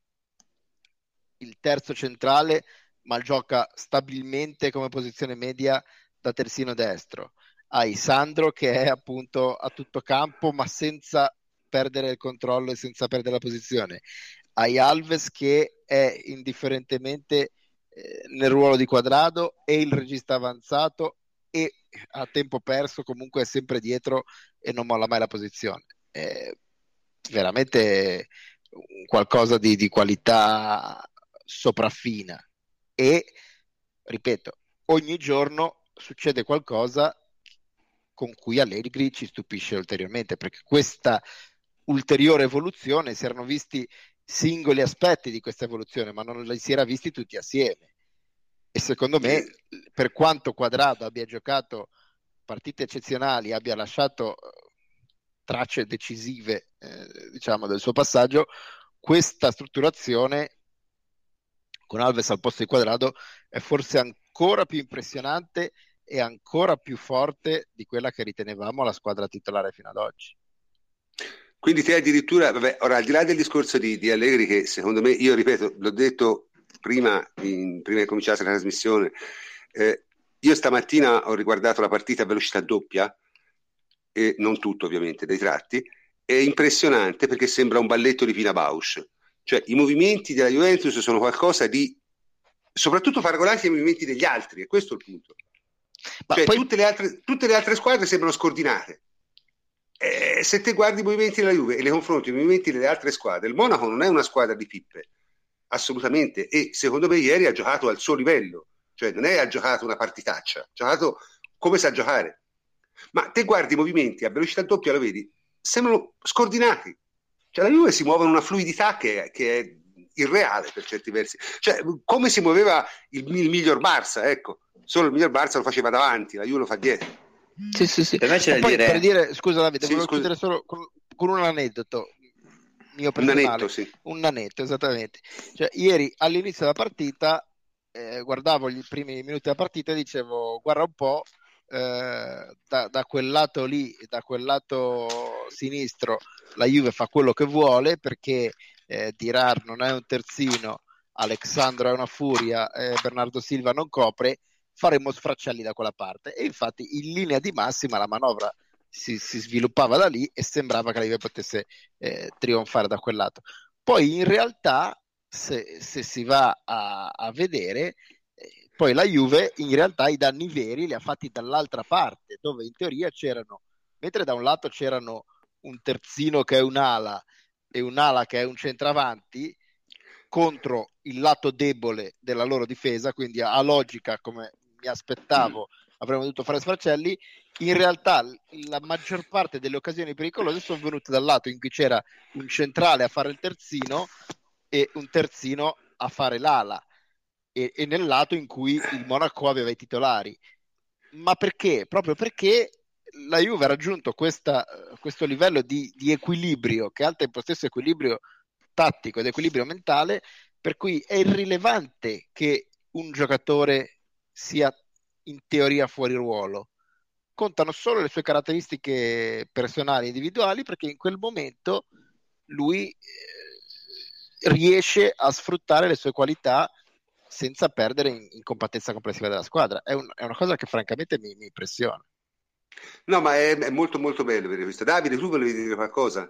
il terzo centrale ma gioca stabilmente come posizione media da terzino destro, hai Sandro che è appunto a tutto campo ma senza perdere il controllo e senza perdere la posizione, hai Alves che è indifferentemente eh, nel ruolo di Quadrado e il regista avanzato e a tempo perso comunque è sempre dietro e non molla mai la posizione. È veramente qualcosa di, di qualità sopraffina e, ripeto, ogni giorno succede qualcosa con cui Allegri ci stupisce ulteriormente, perché questa ulteriore evoluzione, si erano visti singoli aspetti di questa evoluzione ma non li si era visti tutti assieme, e secondo me per quanto Quadrado abbia giocato partite eccezionali, abbia lasciato tracce decisive eh, diciamo del suo passaggio, questa strutturazione con Alves al posto di Quadrado è forse ancora più impressionante e ancora più forte di quella che ritenevamo la squadra titolare fino ad oggi. Quindi te addirittura, vabbè, ora al di là del discorso di, di Allegri, che secondo me, io ripeto, l'ho detto prima, in, prima che cominciasse la trasmissione, eh, io stamattina ho riguardato la partita a velocità doppia, e non tutto ovviamente, dei tratti, è impressionante perché sembra un balletto di Pina Bausch, cioè i movimenti della Juventus sono qualcosa di soprattutto paragonati ai movimenti degli altri, e questo è il punto. Ma cioè poi... tutte, le altre, tutte le altre squadre sembrano scordinate. Eh, se te guardi i movimenti della Juve e le confronti con i movimenti delle altre squadre, il Monaco non è una squadra di pippe, assolutamente, e secondo me ieri ha giocato al suo livello, cioè non è ha giocato una partitaccia, ha giocato come sa giocare. Ma te guardi i movimenti a velocità doppia, lo vedi, sembrano scordinati, cioè la Juve si muove in una fluidità che, che è irreale per certi versi, cioè come si muoveva il, il miglior Barça, ecco, solo il miglior Barça lo faceva davanti, la Juve lo fa dietro. Sì, sì, sì. Per me c'è da dire... per dire, scusa Davide, sì, volevo scusa. chiudere solo con, con un aneddoto mio personale, un nanetto, sì. un nanetto esattamente, cioè ieri all'inizio della partita eh, guardavo gli primi minuti della partita e dicevo guarda un po', eh, da, da quel lato lì, da quel lato sinistro la Juve fa quello che vuole, perché eh, Dirar non è un terzino, Alexandro è una furia, eh, Bernardo Silva non copre, faremo sfraccelli da quella parte, e infatti in linea di massima la manovra si, si sviluppava da lì e sembrava che la Juve potesse eh, trionfare da quel lato. Poi in realtà se, se si va a, a vedere eh, poi la Juve in realtà i danni veri li ha fatti dall'altra parte, dove in teoria c'erano, mentre da un lato c'erano un terzino che è un'ala e un'ala che è un centravanti contro il lato debole della loro difesa, quindi a, a logica, come mi aspettavo avremmo dovuto fare sfracelli, in realtà la maggior parte delle occasioni pericolose sono venute dal lato in cui c'era un centrale a fare il terzino e un terzino a fare l'ala, e, e nel lato in cui il Monaco aveva i titolari. Ma perché? Proprio perché la Juve ha raggiunto questa, questo livello di, di equilibrio, che è al tempo stesso equilibrio tattico ed equilibrio mentale, per cui è irrilevante che un giocatore sia in teoria fuori ruolo, contano solo le sue caratteristiche personali e individuali, perché in quel momento lui eh, riesce a sfruttare le sue qualità senza perdere in, in compattezza complessiva della squadra. È, un, è una cosa che francamente mi, mi impressiona. No, ma è, è molto molto bello vedere questo. Davide, tu volevi dire qualcosa?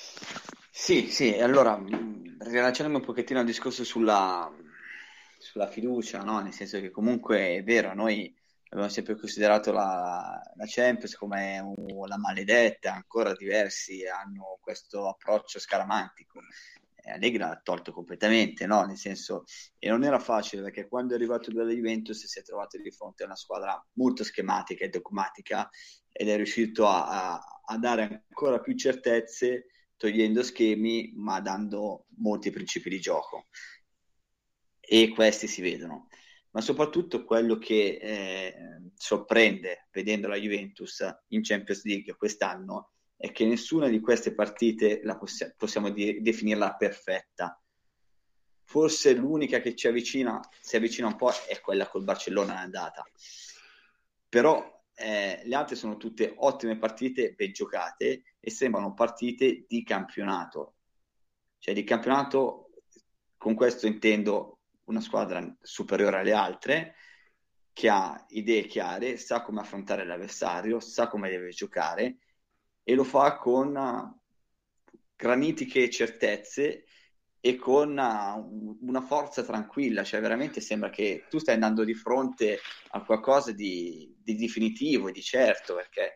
Sì, sì, allora rilacciandomi un pochettino al discorso sulla, sulla fiducia, no? Nel senso che comunque è vero, noi abbiamo sempre considerato la, la Champions come un, la maledetta, ancora diversi hanno questo approccio scaramantico. Allegri l'ha tolto completamente, no? Nel senso, e non era facile, perché quando è arrivato dalla Juventus si è trovato di fronte a una squadra molto schematica e dogmatica, ed è riuscito a, a, a dare ancora più certezze, togliendo schemi ma dando molti principi di gioco, e questi si vedono. Ma soprattutto quello che eh, sorprende vedendo la Juventus in Champions League quest'anno è che nessuna di queste partite la possi- possiamo di- definirla perfetta. Forse l'unica che ci avvicina, si avvicina un po', è quella col Barcellona in andata. Però eh, le altre sono tutte ottime partite, ben giocate, e sembrano partite di campionato. Cioè di campionato, con questo intendo una squadra superiore alle altre, che ha idee chiare, sa come affrontare l'avversario, sa come deve giocare, e lo fa con uh, granitiche certezze e con uh, una forza tranquilla. Cioè veramente sembra che tu stai andando di fronte a qualcosa di, di definitivo e di certo, perché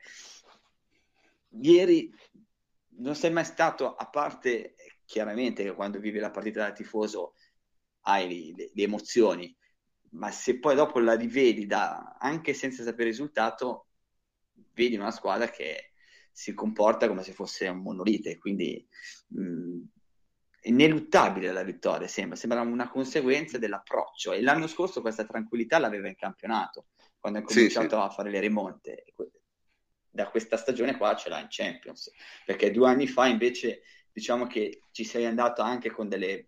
ieri non sei mai stato, a parte chiaramente che quando vivi la partita da tifoso hai le, le emozioni, ma se poi dopo la rivedi da, anche senza sapere il risultato, vedi una squadra che si comporta come se fosse un monolite, quindi mh, ineluttabile la vittoria, sembra, sembra una conseguenza dell'approccio, e l'anno scorso questa tranquillità l'aveva in campionato, quando ha cominciato sì, sì. a fare le rimonte. Da questa stagione qua ce l'ha in Champions, perché due anni fa invece diciamo che ci sei andato anche con delle...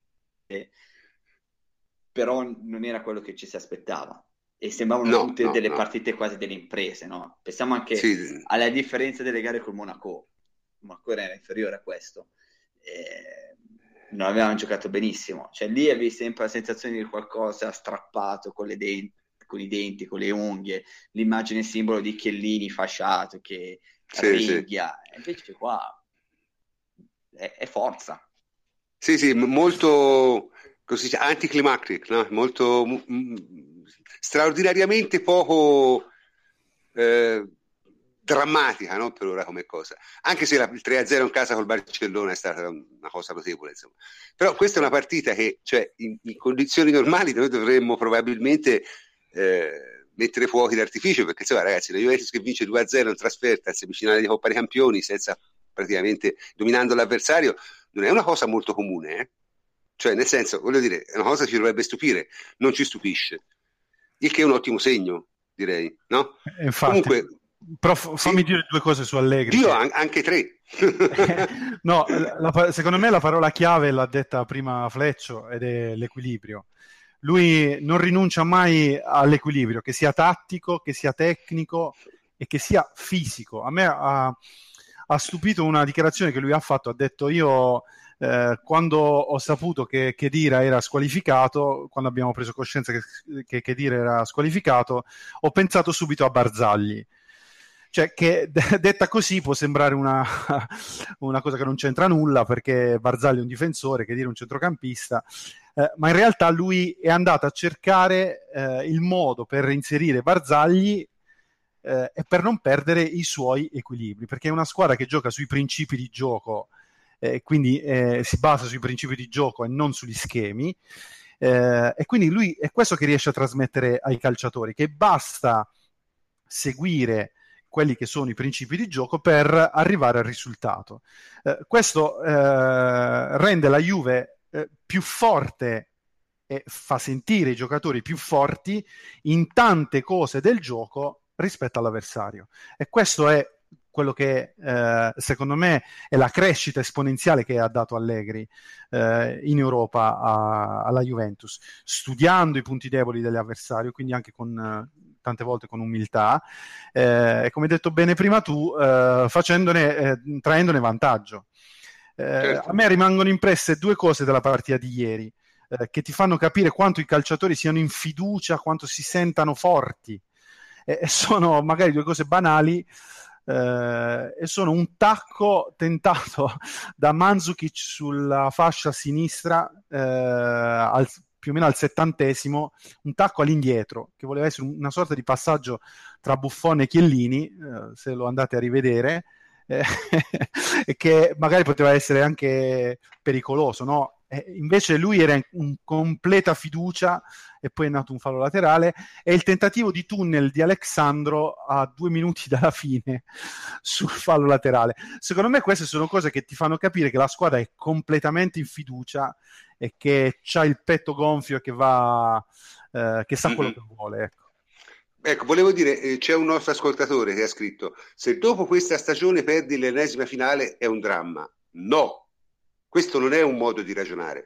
però non era quello che ci si aspettava, e sembravano no, tutte no, delle no. partite quasi delle imprese, no? Pensiamo anche sì. alla differenza delle gare col Monaco. Monaco era inferiore a questo, e non avevano giocato benissimo, cioè lì avevi sempre la sensazione di qualcosa strappato con le denti, con i denti, con le unghie, l'immagine simbolo di Chiellini fasciato che sì, ringhia, sì. Invece qua è, è forza. Sì, sì, molto così anticlimactic, no? Molto m- straordinariamente poco eh, drammatica, no? Per ora come cosa, anche se la, il tre a zero in casa col Barcellona è stata una cosa notevole, insomma. Però questa è una partita che, cioè, in, in condizioni normali noi dovremmo probabilmente eh, mettere fuochi d'artificio, perché insomma ragazzi, la Juventus che vince due a zero in trasferta al semifinale di Coppa dei Campioni senza praticamente dominando l'avversario non è una cosa molto comune, eh? Cioè nel senso, voglio dire, è una cosa che ci dovrebbe stupire, non ci stupisce, il che è un ottimo segno, direi, no? Infatti, comunque, però f- fammi sì, dire due cose su Allegri. Io che... an- anche tre. No, la, secondo me la parola chiave l'ha detta prima Fleccio, ed è l'equilibrio. Lui non rinuncia mai all'equilibrio, che sia tattico, che sia tecnico e che sia fisico. A me ha, ha stupito una dichiarazione che lui ha fatto, ha detto io eh, quando ho saputo che Khedira era squalificato, quando abbiamo preso coscienza che, che Khedira era squalificato, ho pensato subito a Barzagli. Cioè, che d- detta così può sembrare una, una cosa che non c'entra nulla, perché Barzagli è un difensore, Khedira è un centrocampista, eh, ma in realtà lui è andato a cercare eh, il modo per inserire Barzagli eh, e per non perdere i suoi equilibri, perché è una squadra che gioca sui principi di gioco, eh, quindi eh, si basa sui principi di gioco e non sugli schemi, eh, e quindi lui è questo che riesce a trasmettere ai calciatori, che basta seguire quelli che sono i principi di gioco per arrivare al risultato. Eh, questo eh, rende la Juve eh, più forte e fa sentire i giocatori più forti in tante cose del gioco rispetto all'avversario. E questo è quello che eh, secondo me è la crescita esponenziale che ha dato Allegri eh, in Europa a, alla Juventus, studiando i punti deboli dell'avversario, quindi anche con eh, tante volte con umiltà, eh, e come hai detto bene prima tu, eh, facendone, eh, traendone vantaggio. Eh, certo. A me rimangono impresse due cose della partita di ieri, eh, che ti fanno capire quanto i calciatori siano in fiducia, quanto si sentano forti, e, e sono magari due cose banali, eh, e sono un tacco tentato da Mandzukic sulla fascia sinistra eh, al più o meno al settantesimo, un tacco all'indietro, che voleva essere una sorta di passaggio tra Buffon e Chiellini, eh, se lo andate a rivedere, eh, e che magari poteva essere anche pericoloso, no? Eh, invece lui era in, in completa fiducia e poi è nato un fallo laterale, e il tentativo di tunnel di Alexandro a due minuti dalla fine sul fallo laterale. Secondo me queste sono cose che ti fanno capire che la squadra è completamente in fiducia e che c'ha il petto gonfio e che va eh, che sa quello mm-hmm. che vuole, ecco. Ecco, volevo dire, eh, c'è un nostro ascoltatore che ha scritto: se dopo questa stagione perdi l'ennesima finale è un dramma. No, questo non è un modo di ragionare.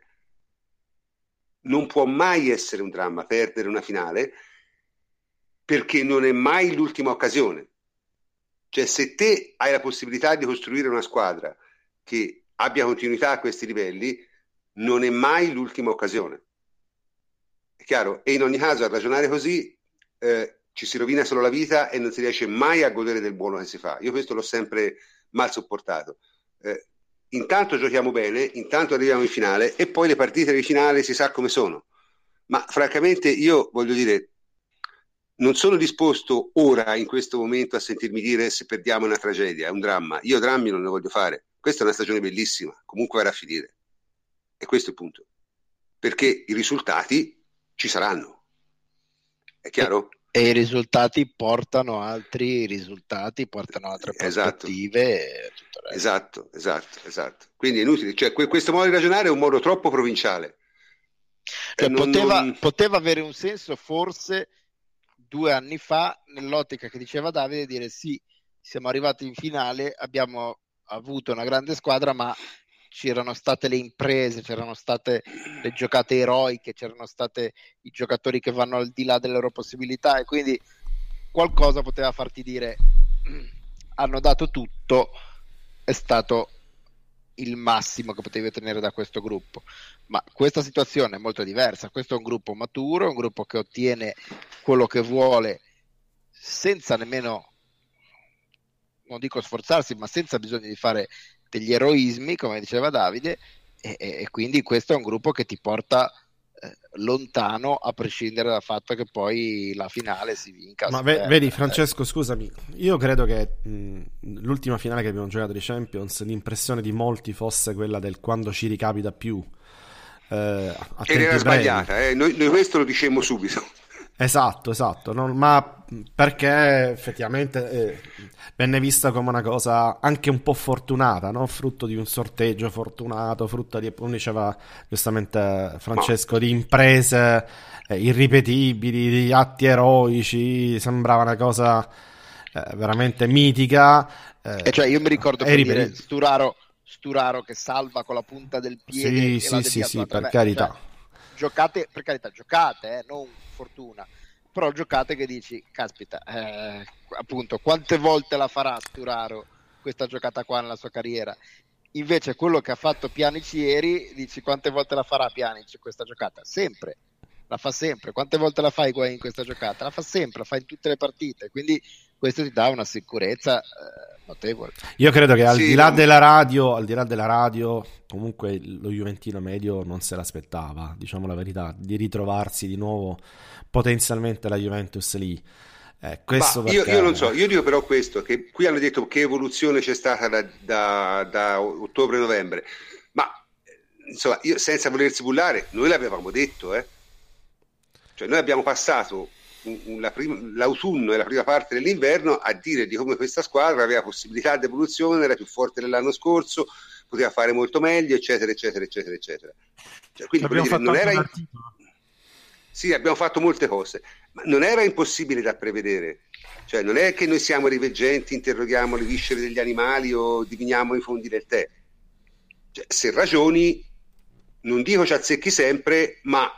Non può mai essere un dramma perdere una finale, perché non è mai l'ultima occasione. Cioè, se te hai la possibilità di costruire una squadra che abbia continuità a questi livelli, non è mai l'ultima occasione. È chiaro? E in ogni caso, a ragionare così eh, ci si rovina solo la vita e non si riesce mai a godere del buono che si fa. Io questo l'ho sempre mal sopportato. Eh, intanto giochiamo bene, intanto arriviamo in finale, e poi le partite di finale si sa come sono. Ma francamente io voglio dire, non sono disposto ora, in questo momento, a sentirmi dire se perdiamo è una tragedia, è un dramma. Io drammi non ne voglio fare. Questa è una stagione bellissima, comunque va a finire. E questo è il punto. Perché i risultati ci saranno. È chiaro? E, e i risultati portano altri risultati, portano altre prospettive. Esatto, esatto, esatto, esatto. Quindi è inutile. Cioè, que- questo modo di ragionare è un modo troppo provinciale. Cioè, non, poteva, non... poteva avere un senso forse due anni fa, nell'ottica che diceva Davide, dire sì, siamo arrivati in finale, abbiamo avuto una grande squadra, ma c'erano state le imprese, c'erano state le giocate eroiche, c'erano state i giocatori che vanno al di là delle loro possibilità, e quindi qualcosa poteva farti dire hanno dato tutto, è stato il massimo che potevi ottenere da questo gruppo. Ma questa situazione è molto diversa. Questo è un gruppo maturo, un gruppo che ottiene quello che vuole senza nemmeno, non dico sforzarsi, ma senza bisogno di fare degli eroismi, come diceva Davide, e, e quindi questo è un gruppo che ti porta eh, lontano, a prescindere dal fatto che poi la finale si vinca. Ma ve- vedi Francesco, scusami, io credo che mh, l'ultima finale che abbiamo giocato di Champions, l'impressione di molti fosse quella del quando ci ricapita più. Eh, Ed era sbagliata, eh? noi, noi questo lo dicemmo subito. Esatto, esatto, non, ma perché effettivamente eh, venne vista come una cosa anche un po' fortunata, no? Frutto di un sorteggio fortunato, frutto di, come diceva giustamente Francesco, ma... di imprese eh, irripetibili, di atti eroici, sembrava una cosa eh, veramente mitica. Eh, e cioè io mi ricordo per dire, Sturaro, Sturaro che salva con la punta del piede. Sì, sì, sì, sì, per carità. Cioè, giocate, per carità, giocate, eh, non fortuna, però giocate che dici, caspita, eh, appunto, quante volte la farà Sturaro questa giocata qua nella sua carriera? Invece quello che ha fatto Pjanic ieri, dici, quante volte la farà Pjanic questa giocata? Sempre, la fa sempre. Quante volte la fa Higuaín in questa giocata? La fa sempre, la fa in tutte le partite, quindi questo ti dà una sicurezza eh, notevole. Io credo che al sì, di là della radio, al di là della radio, comunque lo juventino medio non se l'aspettava, diciamo la verità, di ritrovarsi di nuovo potenzialmente la Juventus lì. Eh, questo perché... io, io non so, io dico però questo, che qui hanno detto che evoluzione c'è stata da, da, da ottobre-novembre, ma insomma, io senza volersi bullare, noi l'avevamo detto, eh. Cioè noi abbiamo passato La prima, l'autunno e la prima parte dell'inverno a dire di come questa squadra aveva possibilità di evoluzione, era più forte dell'anno scorso, poteva fare molto meglio, eccetera, eccetera, eccetera, eccetera. Cioè, quindi abbiamo dire, fatto non era in... articolo. Sì, abbiamo fatto molte cose, ma non era impossibile da prevedere. Cioè, non è che noi siamo riveggenti, interroghiamo le viscere degli animali o diviniamo i fondi del tè. Cioè, se ragioni, non dico ci azzecchi sempre, ma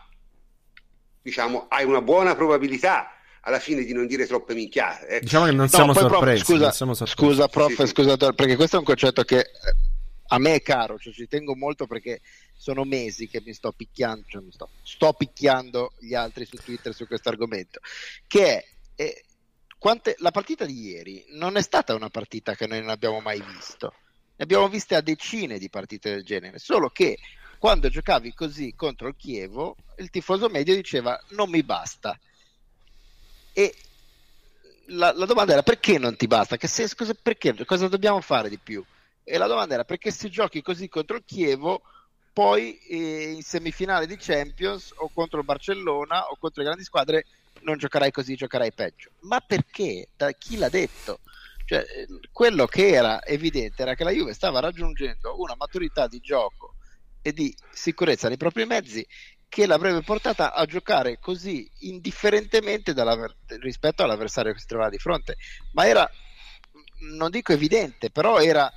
diciamo, hai una buona probabilità alla fine di non dire troppe minchiate. Ecco. Diciamo che non siamo no, sorpresi. Prof, scusa, non siamo sorpresi. scusa, prof, sì, sì. scusate, perché questo è un concetto che a me è caro, cioè ci tengo molto perché sono mesi che mi sto picchiando, cioè mi sto, sto picchiando gli altri su Twitter su questo argomento, che è, è quante, la partita di ieri non è stata una partita che noi non abbiamo mai visto, ne abbiamo viste a decine di partite del genere, solo che quando giocavi così contro il Chievo, il tifoso medio diceva non mi basta. E la, la domanda era perché non ti basta? Che senso, cosa, perché, cosa dobbiamo fare di più? E la domanda era perché se giochi così contro il Chievo, poi eh, in semifinale di Champions o contro il Barcellona o contro le grandi squadre non giocherai così, giocherai peggio. Ma perché? Da chi l'ha detto? Cioè, quello che era evidente era che la Juve stava raggiungendo una maturità di gioco e di sicurezza nei propri mezzi che l'avrebbe portata a giocare così indifferentemente dalla, rispetto all'avversario che si trovava di fronte. Ma era, non dico evidente, però era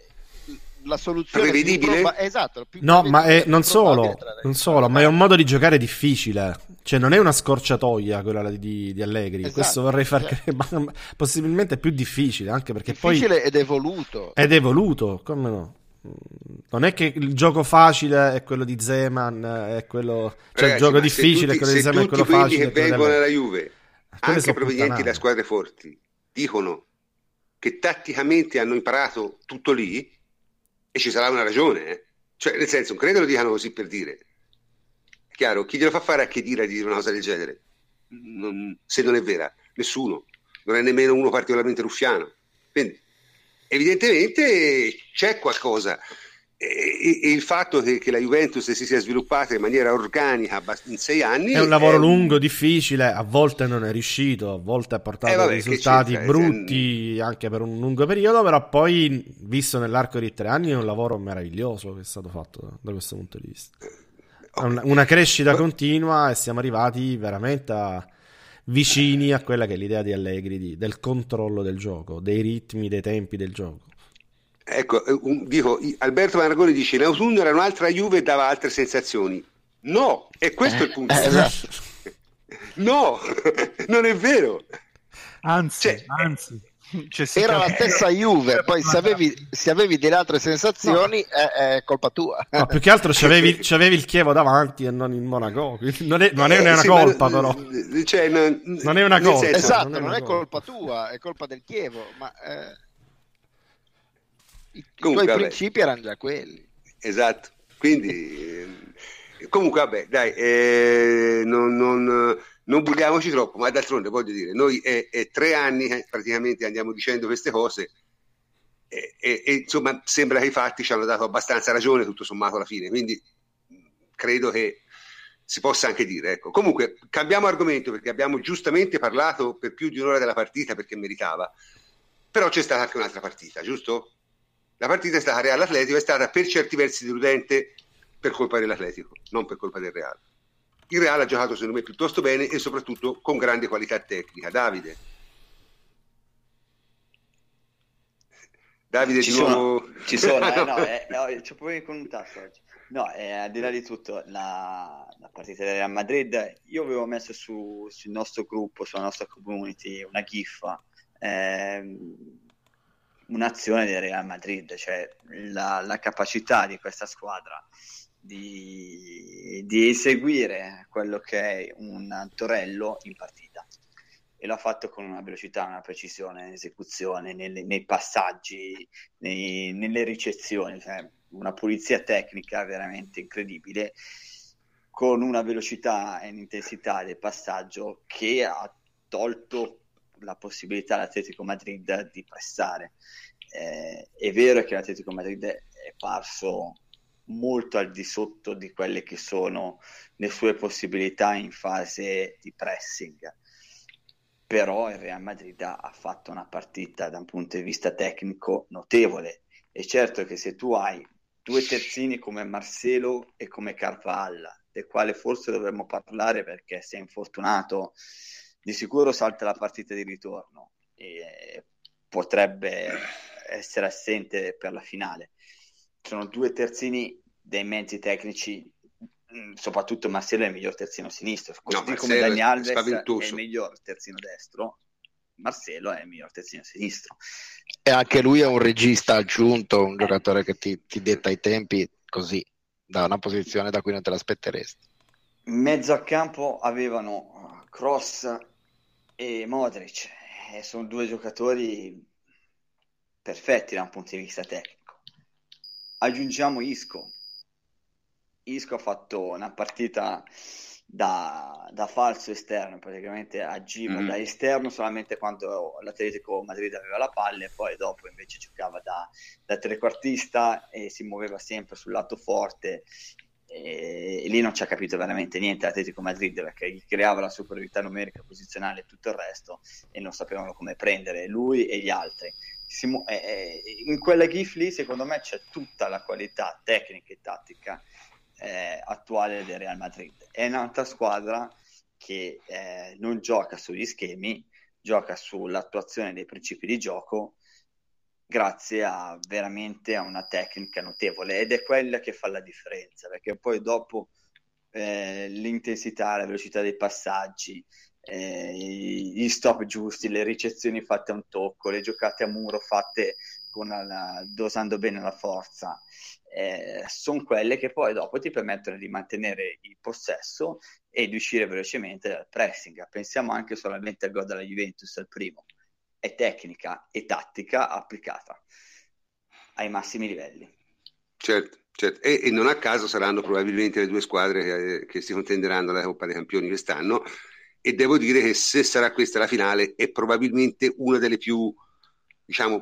la soluzione prevedibile? più proba- esatto, più No, ma è, più non solo, tra le, non tra solo le ma è un parti. modo di giocare difficile. Cioè, non è una scorciatoia quella di, di Allegri. Esatto, Questo vorrei far cioè, credere, ma possibilmente è più difficile, anche perché difficile poi ed evoluto. ed evoluto, come no? Non è che il gioco facile è quello di Zeman, è quello, cioè il Ragazzi, gioco ma se difficile è tutti, quello di se Zeman, è tutti quello quelli facile che è quello vengono dell'Allegri. alla Juve, Quelle anche sono provenienti da puttanate. squadre forti, dicono che tatticamente hanno imparato tutto lì, e ci sarà una ragione, eh? Cioè, nel senso, non credo lo dicano così per dire. È chiaro, chi glielo fa fare a Khedira di dire una cosa del genere? Non- se non è vera, nessuno, non è nemmeno uno particolarmente ruffiano. Quindi, evidentemente c'è qualcosa. E, e- e il fatto che, che la Juventus si sia sviluppata in maniera organica abbast- in sei anni È un lavoro è un- lungo, difficile, a volte non è riuscito, a volte ha Eh, portato vabbè, che risultati c'entra? brutti anche per un lungo periodo, però poi, visto nell'arco di tre anni, è un lavoro meraviglioso che è stato fatto da, da questo punto di vista. È Ok. una, una crescita Ma- continua e siamo arrivati veramente a- vicini a quella che è l'idea di Allegri, di- del controllo del gioco, dei ritmi, dei tempi del gioco. Ecco, eh, un- dico, i- Alberto Maragoni dice in autunno era un'altra Juve e dava altre sensazioni. No, e questo è il punto. Eh, esatto. No, non è vero. Anzi, Cioè, anzi, cioè, si Era la capisce- stessa Juve, poi se avevi, se avevi delle altre sensazioni è, è colpa tua. No, più che altro c'avevi, c'avevi il Chievo davanti e non il Monaco. Quindi Non è, non è eh, una sì, ma- colpa, però. cioè, non, Non è una nel colpa. senso- Esatto, non è non una è colpa. colpa tua, è colpa del Chievo, ma eh, i, i Comunque, tuoi vabbè. principi erano già quelli. Esatto, quindi eh, comunque vabbè, dai, eh, non, non, non bulliamoci troppo, ma d'altronde voglio dire, noi è, è tre anni che praticamente andiamo dicendo queste cose e, e- e, insomma sembra che i fatti ci hanno dato abbastanza ragione tutto sommato alla fine, quindi mh, credo che si possa anche dire, ecco. Comunque cambiamo argomento perché abbiamo giustamente parlato per più di un'ora della partita perché meritava, però c'è stata anche un'altra partita, giusto? La partita è stata Real Atletico, è stata per certi versi deludente per colpa dell'Atletico, non per colpa del Real. Il Real ha giocato secondo me piuttosto bene e soprattutto con grande qualità tecnica. Davide. Davide Ci di sono, nuovo... ci sono, eh, No. no, eh, no, c'ho problemi con un tasto oggi. No, eh, al di là di tutto, la, la partita del Real Madrid, io avevo messo su, sul nostro gruppo, sulla nostra community, una gif, ehm, un'azione del Real Madrid, cioè la, la capacità di questa squadra di, di eseguire quello che è un torello in partita. E l'ha fatto con una velocità, una precisione in esecuzione, nelle- nei passaggi, nei- nelle ricezioni, cioè una pulizia tecnica veramente incredibile, con una velocità e un'intensità del passaggio che ha tolto la possibilità all'Atletico Madrid di pressare. Eh, è vero che l'Atletico Madrid è parso molto al di sotto di quelle che sono le sue possibilità in fase di pressing, però il Real Madrid ha fatto una partita da un punto di vista tecnico notevole. È certo che se tu hai due terzini come Marcelo e come Carvajal, del quale forse dovremmo parlare perché si è infortunato, di sicuro salta la partita di ritorno e potrebbe essere assente per la finale. Sono due terzini dei mezzi tecnici, soprattutto Marcelo è il miglior terzino sinistro, così No, come Marcelo Dani è Alves è spaventoso. il miglior terzino destro, Marcelo è il miglior terzino sinistro. E anche lui è un regista aggiunto, un giocatore che ti, ti detta i tempi così, da una posizione da cui non te l'aspetteresti. In mezzo a campo avevano Kroos e Modric, e sono due giocatori perfetti da un punto di vista tecnico. Aggiungiamo Isco. Isco ha fatto una partita da, da falso esterno, praticamente agiva mm. da esterno solamente quando l'Atletico Madrid aveva la palla, e poi dopo invece giocava da, da trequartista e si muoveva sempre sul lato forte, e, e lì non ci ha capito veramente niente l'Atletico Madrid, perché gli creava la superiorità numerica, posizionale e tutto il resto, e non sapevano come prendere lui e gli altri. Si mu- eh, in quella GIF lì secondo me c'è tutta la qualità tecnica e tattica Eh, attuale del Real Madrid. È un'altra squadra che eh, non gioca sugli schemi, gioca sull'attuazione dei principi di gioco, grazie a veramente a una tecnica notevole, ed è quella che fa la differenza, perché poi dopo eh, l'intensità, la velocità dei passaggi, eh, gli stop giusti, le ricezioni fatte a un tocco, le giocate a muro fatte con la, dosando bene la forza, Eh, sono quelle che poi dopo ti permettono di mantenere il possesso e di uscire velocemente dal pressing. Pensiamo anche solamente al gol della Juventus, al primo. È tecnica e tattica applicata ai massimi livelli. Certo, certo. E, e non a caso saranno probabilmente le due squadre che, che si contenderanno alla Coppa dei Campioni quest'anno, e devo dire che se sarà questa la finale è probabilmente una delle più, diciamo,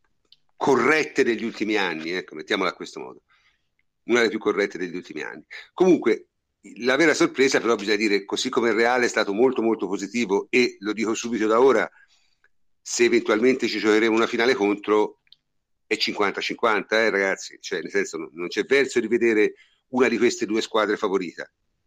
corrette degli ultimi anni, ecco, mettiamola a questo modo, una delle più corrette degli ultimi anni. Comunque la vera sorpresa però bisogna dire, così come il Reale è stato molto molto positivo, e lo dico subito da ora, se eventualmente ci giocheremo una finale contro è cinquanta cinquanta, eh ragazzi, cioè nel senso non, non c'è verso di vedere una di queste due squadre favorita.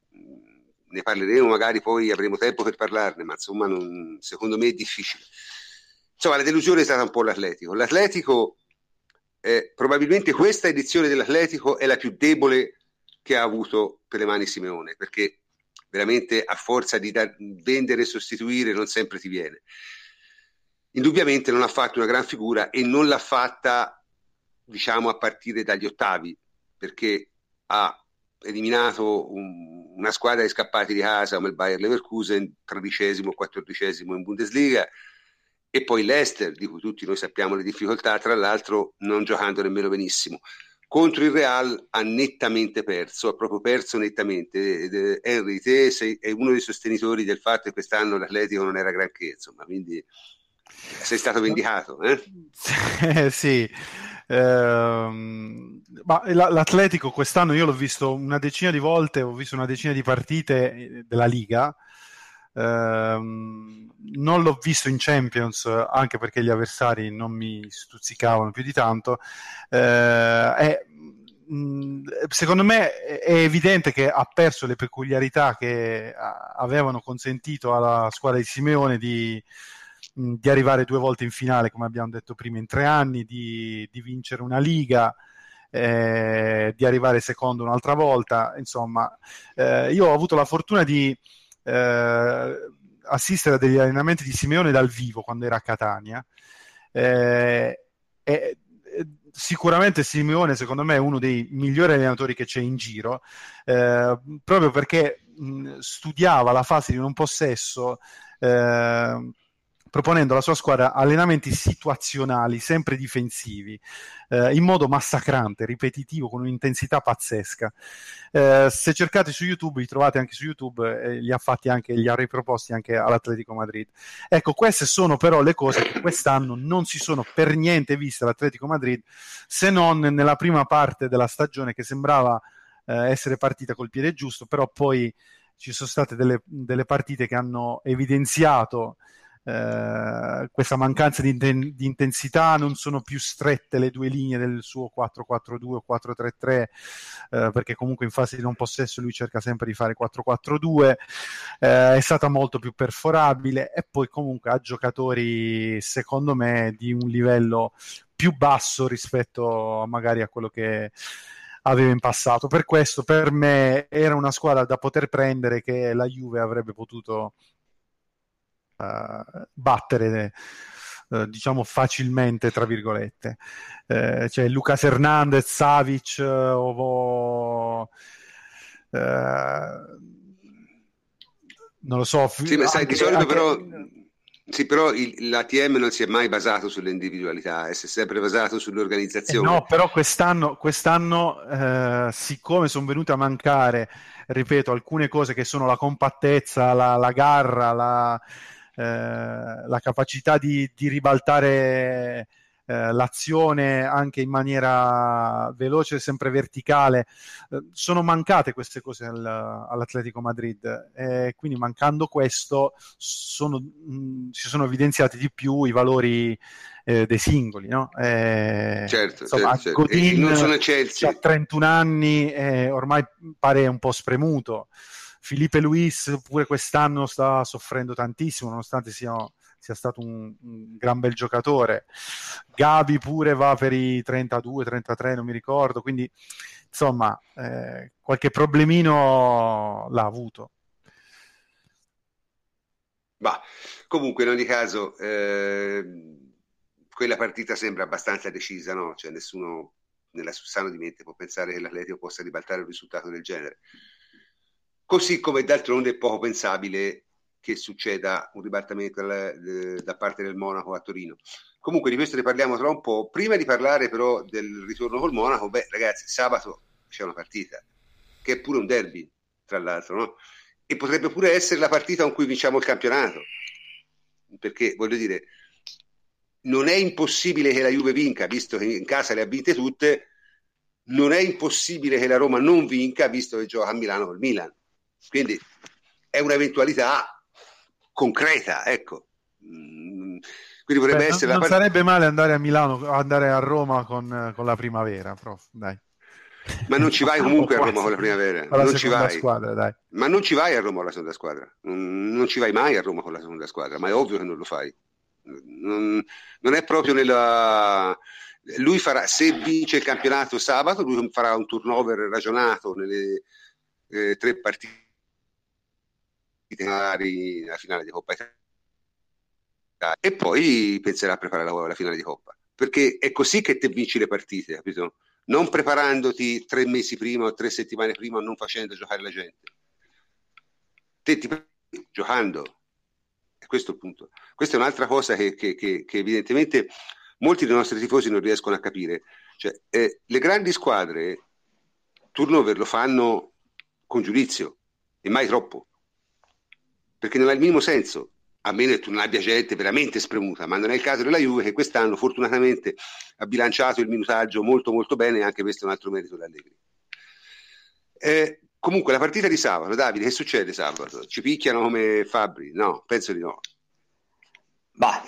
Ne parleremo, magari poi avremo tempo per parlarne, ma insomma non, secondo me è difficile. Insomma, la delusione è stata un po' l'Atletico. L'Atletico Eh, probabilmente questa edizione dell'Atletico è la più debole che ha avuto per le mani Simeone, perché veramente a forza di da- vendere e sostituire non sempre ti viene. Indubbiamente non ha fatto una gran figura, e non l'ha fatta, diciamo, a partire dagli ottavi, perché ha eliminato un, una squadra di scappati di casa come il Bayer Leverkusen, tredicesimo o quattordicesimo in Bundesliga, e poi l'Ester, di cui tutti noi sappiamo le difficoltà, tra l'altro non giocando nemmeno benissimo. Contro il Real ha nettamente perso, ha proprio perso nettamente. Henry, te sei è uno dei sostenitori del fatto che quest'anno l'Atletico non era granché, insomma, quindi sei stato vendicato, eh? Sì, ehm, ma l'Atletico quest'anno io l'ho visto una decina di volte, ho visto una decina di partite della Liga. Uh, non l'ho visto in Champions, anche perché gli avversari non mi stuzzicavano più di tanto. Uh, è, mh, secondo me è evidente che ha perso le peculiarità che a- avevano consentito alla squadra di Simeone di, mh, di arrivare due volte in finale, come abbiamo detto prima, in tre anni, di, di vincere una Liga, eh, di arrivare secondo un'altra volta. Insomma, eh, io ho avuto la fortuna di Eh, assistere a degli allenamenti di Simeone dal vivo quando era a Catania, eh, e, e sicuramente Simeone secondo me è uno dei migliori allenatori che c'è in giro, eh, proprio perché mh, studiava la fase di non possesso, eh, proponendo alla sua squadra allenamenti situazionali, sempre difensivi, eh, in modo massacrante, ripetitivo, con un'intensità pazzesca. Eh, se cercate su YouTube, li trovate anche su YouTube, eh, li ha fatti anche, li ha riproposti anche all'Atletico Madrid. Ecco, queste sono però le cose che quest'anno non si sono per niente viste all'Atletico Madrid, se non nella prima parte della stagione, che sembrava eh, essere partita col piede giusto, però poi ci sono state delle, delle partite che hanno evidenziato Uh, questa mancanza di, inten- di intensità. Non sono più strette le due linee del suo quattro quattro due o quattro tre tre, uh, perché comunque in fase di non possesso lui cerca sempre di fare quattro quattro due, uh, è stata molto più perforabile, e poi comunque ha giocatori secondo me di un livello più basso rispetto magari a quello che aveva in passato. Per questo per me era una squadra da poter prendere, che la Juve avrebbe potuto Uh, battere uh, diciamo facilmente, tra virgolette. Uh, cioè Lucas Hernandez, Savic, uh, o uh, non lo so. Sì, ma sai, di solito anche... però Sì, però il, l'A T M non si è mai basato sulle individualità, eh, si è sempre basato sull'organizzazione. Eh no, però quest'anno, quest'anno eh, siccome sono venute a mancare, ripeto, alcune cose che sono la compattezza, la, la garra, la, eh, la capacità di, di ribaltare eh, l'azione anche in maniera veloce, sempre verticale, eh, sono mancate queste cose al, all'Atletico Madrid, e quindi mancando questo sono, mh, si sono evidenziati di più i valori eh, dei singoli, no? Eh, certo, insomma, certo, certo. Godin E non sono eccelsi. ha trentuno anni e ormai pare un po' spremuto. Filipe Luis pure quest'anno sta soffrendo tantissimo, nonostante sia, sia stato un, un gran bel giocatore. Gabi pure va per i trentadue trentatré, non mi ricordo, quindi insomma eh, qualche problemino l'ha avuto. Bah, comunque in ogni caso eh, quella partita sembra abbastanza decisa, no? Cioè nessuno nella sano di mente può pensare che l'Atletico possa ribaltare un risultato del genere. Così come d'altronde è poco pensabile che succeda un ribaltamento da, da parte del Monaco a Torino. Comunque di questo ne parliamo tra un po'. Prima di parlare però del ritorno col Monaco, beh ragazzi, sabato c'è una partita, che è pure un derby, tra l'altro, no? E potrebbe pure essere la partita con cui vinciamo il campionato, perché voglio dire, non è impossibile che la Juve vinca, visto che in casa le ha vinte tutte, non è impossibile che la Roma non vinca, visto che gioca a Milano col Milan. Quindi è un'eventualità concreta, ecco. Quindi potrebbe Beh, essere non, la non part- sarebbe male andare a Milano, andare a Roma con, con la primavera, prof, dai. Ma non ci vai comunque a Roma con la primavera, con la non ci vai. Squadra, dai. Ma non ci vai a Roma con la seconda squadra, non ci vai mai a Roma con la seconda squadra, ma è ovvio che non lo fai. Non, non è proprio nella... Lui farà, se vince il campionato sabato, lui farà un turnover ragionato nelle eh, tre partite la finale di Coppa Italia e poi penserà a preparare la, la finale di Coppa, perché è così che te vinci le partite, capito? Non preparandoti tre mesi prima o tre settimane prima o non facendo giocare la gente, te ti prepari giocando, e questo è il punto. Questa è un'altra cosa che, che, che, che evidentemente molti dei nostri tifosi non riescono a capire, cioè eh, le grandi squadre turnover lo fanno con giudizio e mai troppo, perché non ha il minimo senso, a meno che tu non abbia gente veramente spremuta, ma non è il caso della Juve, che quest'anno fortunatamente ha bilanciato il minutaggio molto molto bene, e anche questo è un altro merito dell'Allegri. Eh, comunque la partita di sabato, Davide, che succede sabato? Ci picchiano come Fabbri? No, penso di no. Bah,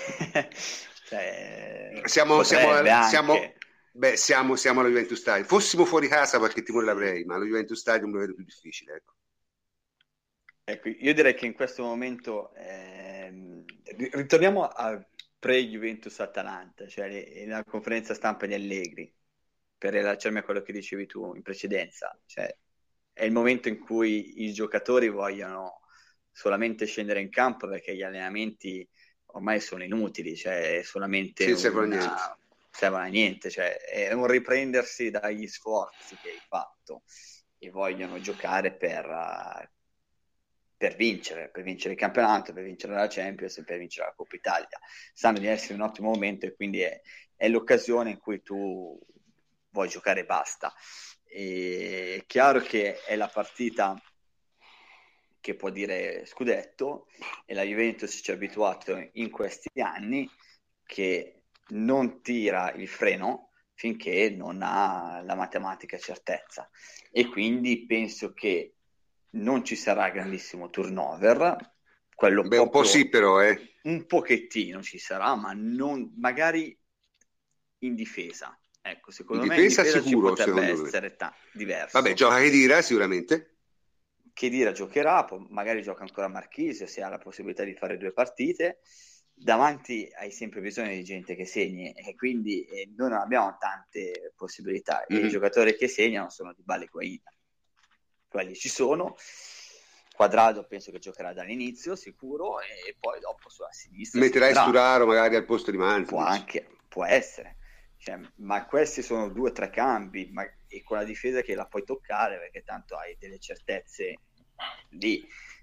cioè, siamo, siamo, anche... siamo, beh, siamo, siamo alla Juventus Stadium. Fossimo fuori casa qualche timore l'avrei, ma allo Juventus Stadium lo vedo più difficile, ecco. Ecco, io direi che in questo momento ehm, ritorniamo a pre-Juventus Atalanta, cioè la conferenza stampa di Allegri, per rilasciarmi a quello che dicevi tu in precedenza, cioè è il momento in cui i giocatori vogliono solamente scendere in campo perché gli allenamenti ormai sono inutili, cioè è solamente sì, servono una... a niente, servono a niente, cioè è un riprendersi dagli sforzi che hai fatto e vogliono giocare per... per vincere, per vincere il campionato, per vincere la Champions e per vincere la Coppa Italia. Sanno di essere in un ottimo momento e quindi è, è l'occasione in cui tu vuoi giocare e basta. E è chiaro che è la partita che può dire scudetto e la Juventus ci ha abituato in questi anni che non tira il freno finché non ha la matematica certezza, e quindi penso che non ci sarà grandissimo turnover, quello beh, un po' sì, però eh. un pochettino ci sarà, ma non magari in difesa, ecco, secondo in me difesa, in difesa sicuro, ci potrebbe secondo essere me. ta- diverso. Vabbè, gioca Khedira sicuramente, Khedira giocherà, poi magari gioca ancora Marchisio se ha la possibilità di fare due partite. Davanti hai sempre bisogno di gente che segni e quindi eh, noi non abbiamo tante possibilità, mm-hmm. E i giocatori che segnano sono Dybala e Higuaín, quelli ci sono. Quadrado penso che giocherà dall'inizio sicuro, e poi dopo sulla sinistra metterai Sturaro magari al posto di Manzi, può anche può essere, cioè, ma questi sono due o tre cambi, ma, e con la difesa che la puoi toccare perché tanto hai delle certezze lì.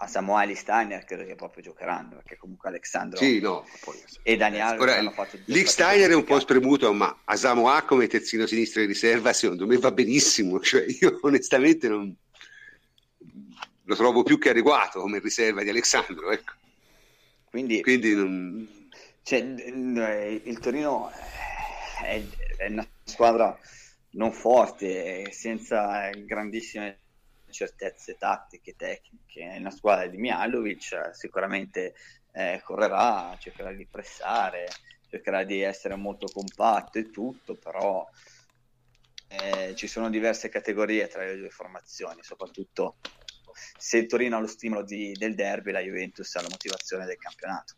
a Samuel Steiner credo che proprio giocheranno, perché comunque Alexandro sì, no, poi, e Daniel ora, hanno fatto Lick Steiner è un po' spremuto, ma a Samoa come terzino sinistro di riserva secondo me va benissimo, cioè io onestamente non lo trovo più che adeguato come riserva di Alexandro, ecco. Quindi, Quindi non... cioè, il Torino è, è una squadra non forte, senza grandissime certezze tattiche, tecniche. È una squadra di Mihajlovic, sicuramente eh, correrà, cercherà di pressare, cercherà di essere molto compatto e tutto, però eh, ci sono diverse categorie tra le due formazioni, soprattutto se il Torino ha lo stimolo di, del derby, la Juventus ha la motivazione del campionato.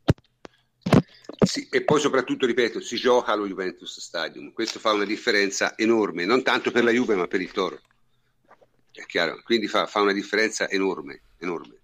Sì, e poi soprattutto, ripeto, si gioca allo Juventus Stadium, questo fa una differenza enorme, non tanto per la Juve ma per il Toro, è chiaro, quindi fa, fa una differenza enorme, enorme.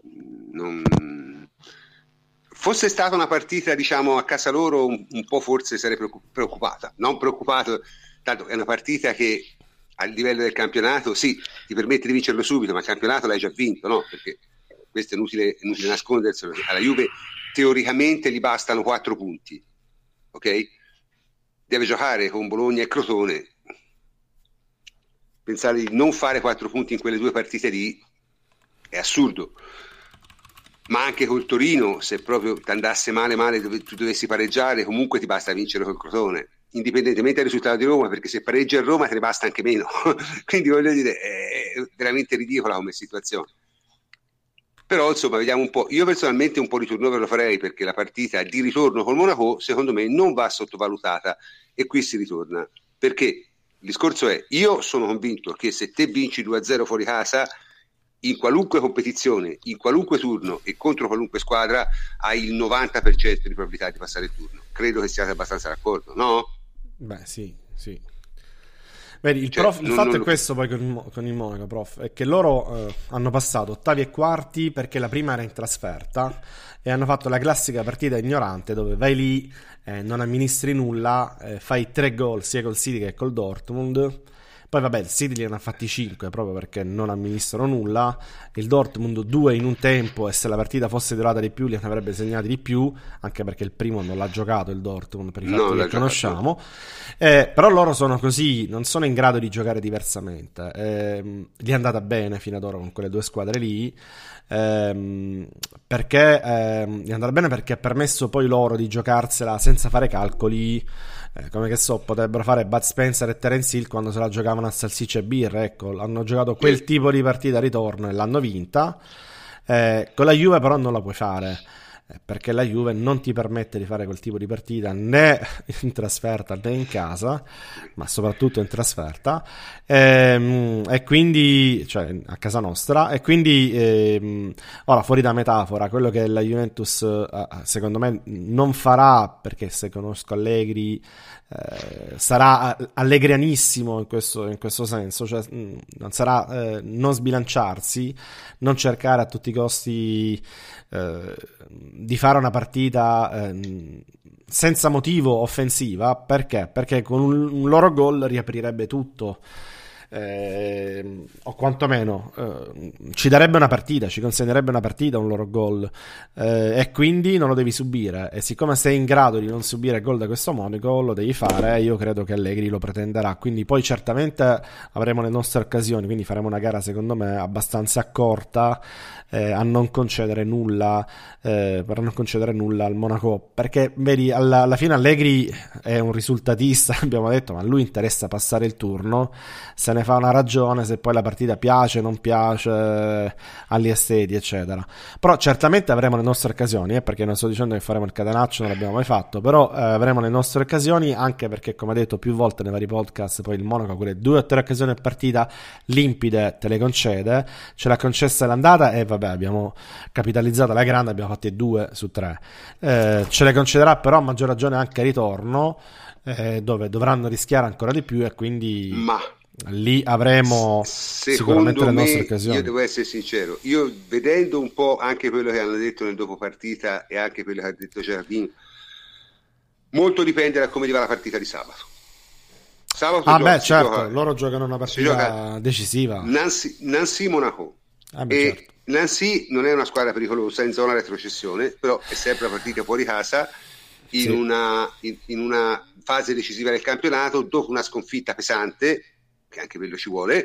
Non... Fosse stata una partita, diciamo, a casa loro, un, un po' forse sarei preoccupata, non preoccupato, tanto è una partita che a livello del campionato, sì, ti permette di vincerlo subito, ma il campionato l'hai già vinto, no? Perché questo è inutile, inutile nasconderselo, alla Juve teoricamente gli bastano quattro punti, ok? Deve giocare con Bologna e Crotone. Pensare di non fare quattro punti in quelle due partite lì è assurdo. Ma anche col Torino, se proprio ti andasse male male, dove tu dovessi pareggiare, comunque ti basta vincere col Crotone, indipendentemente dal risultato di Roma, perché se pareggi a Roma te ne basta anche meno. Quindi voglio dire, è veramente ridicola come situazione. Però insomma vediamo un po', io personalmente un po' di turnover lo farei, perché la partita di ritorno col Monaco secondo me non va sottovalutata, e qui si ritorna, perché il discorso è, io sono convinto che se te vinci due a zero fuori casa in qualunque competizione, in qualunque turno e contro qualunque squadra, hai il novanta per cento di probabilità di passare il turno. Credo che siate abbastanza d'accordo, no? Beh sì, sì. Vedi, il, cioè, prof, il non, fatto non... è questo poi con il, con il Monaco, prof, è che loro eh, hanno passato ottavi e quarti perché la prima era in trasferta e hanno fatto la classica partita ignorante dove vai lì, eh, non amministri nulla, eh, fai tre gol sia col City che col Dortmund. Poi vabbè, il City li hanno fatti cinque proprio perché non amministrano nulla, il Dortmund due in un tempo, e se la partita fosse durata di più li avrebbe segnati di più, anche perché il primo non l'ha giocato il Dortmund per i fatti no, che conosciamo, eh, però loro sono così, non sono in grado di giocare diversamente, eh, gli è andata bene fino ad ora con quelle due squadre lì, ehm, perché ehm, gli è andata bene perché ha permesso poi loro di giocarsela senza fare calcoli. Eh, come che so, potrebbero fare Bud Spencer e Terence Hill quando se la giocavano a salsicce e birra, ecco, hanno giocato quel tipo di partita a ritorno e l'hanno vinta. Eh, con la Juve però non la puoi fare, eh, perché la Juve non ti permette di fare quel tipo di partita né in trasferta né in casa, ma soprattutto in trasferta, e, e quindi, cioè a casa nostra, e quindi eh, ora fuori da metafora, quello che la Juventus eh, secondo me non farà, perché se conosco Allegri eh, sarà allegrianissimo in questo, in questo senso, cioè non sarà eh, non sbilanciarsi, non cercare a tutti i costi eh, di fare una partita eh, senza motivo offensiva, perché? Perché con un, un loro gol riaprirebbe tutto, eh, o quantomeno eh, ci darebbe una partita, ci consegnerebbe una partita un loro gol, eh, e quindi non lo devi subire, e siccome sei in grado di non subire gol da questo Monaco lo devi fare, io credo che Allegri lo pretenderà, quindi poi certamente avremo le nostre occasioni, quindi faremo una gara secondo me abbastanza corta, eh, a non concedere nulla, eh, per non concedere nulla al Monaco, perché vedi alla, alla fine Allegri è un risultatista, abbiamo detto, ma a lui interessa passare il turno, se ne fa una ragione se poi la partita piace, non piace agli esteti eccetera, però certamente avremo le nostre occasioni, eh, perché non sto dicendo che faremo il catenaccio, non l'abbiamo mai fatto, però eh, avremo le nostre occasioni, anche perché come detto più volte nei vari podcast, poi il Monaco quelle due o tre occasioni a partita limpide te le concede, ce l'ha concessa l'andata e vabbè abbiamo capitalizzato la grande, abbiamo fatti due su tre, eh, ce le concederà però a maggior ragione anche a ritorno, eh, dove dovranno rischiare ancora di più, e quindi ma lì avremo sicuramente le nostre occasioni. Io devo essere sincero, io vedendo un po' anche quello che hanno detto nel dopo partita e anche quello che ha detto Giardino, molto dipende da come va la partita di sabato. Sabato ah gioca, beh certo, gioca, loro giocano una partita decisiva. Nancy, Nancy Monaco, Ah, beh, e certo. Nancy non è una squadra pericolosa in zona retrocessione, però è sempre una partita fuori casa in, Sì. una, in, in una fase decisiva del campionato, dopo una sconfitta pesante, che anche quello ci vuole.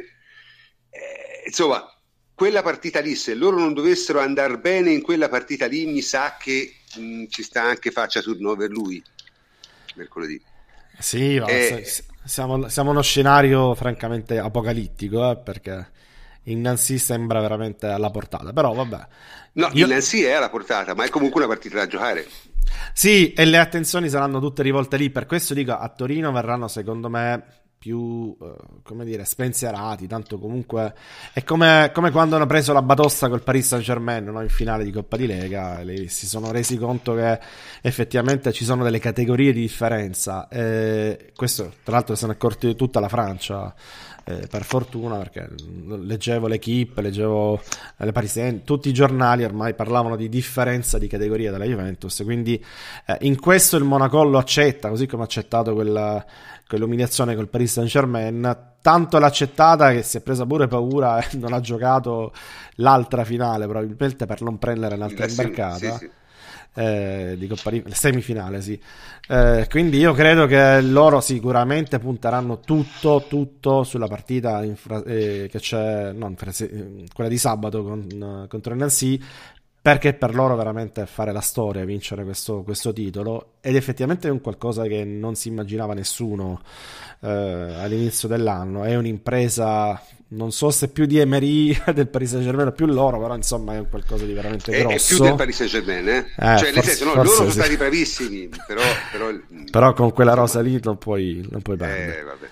Eh, insomma, quella partita lì, se loro non dovessero andare bene in quella partita lì, mi sa che mh, ci sta anche faccia turnover lui mercoledì. Sì, ma Eh, se- siamo, siamo uno scenario francamente apocalittico, eh, perché in Nancy sembra veramente alla portata, però vabbè. no, Io... il Nancy è alla portata, ma è comunque una partita da giocare. Sì, e le attenzioni saranno tutte rivolte lì, per questo dico, a Torino verranno secondo me più, eh, come dire, spensierati, tanto comunque è come, come quando hanno preso la batosta col Paris Saint-Germain, no? In finale di Coppa di Lega, e si sono resi conto che effettivamente ci sono delle categorie di differenza, e questo tra l'altro se ne è accorto tutta la Francia, eh, per fortuna, perché leggevo l'Equipe, leggevo le Parisienne, tutti i giornali ormai parlavano di differenza di categoria della Juventus, quindi eh, in questo il Monaco lo accetta, così come ha accettato quella, quell'umiliazione col Paris Saint-Germain, tanto l'ha accettata che si è presa pure paura e non ha giocato l'altra finale, probabilmente per non prendere un'altra La sem- imbarcata. sì, sì. Eh, di Coppa di semifinale, sì. Eh, quindi io credo che loro sicuramente punteranno tutto, tutto sulla partita infra- eh, che c'è, non, eh, quella di sabato con, contro il Nancy, perché per loro veramente fare la storia, vincere questo, questo titolo, ed effettivamente è un qualcosa che non si immaginava nessuno eh, all'inizio dell'anno. È un'impresa, non so se più di Emery del Paris Saint-Germain o più loro, però insomma è un qualcosa di veramente È, grosso. è più del Paris Saint-Germain, eh? Eh, cioè forse- nel senso, no, forse loro sono sì. stati bravissimi, però, però, Però con quella insomma, rosa lì non puoi, non puoi perdere. eh, vabbè.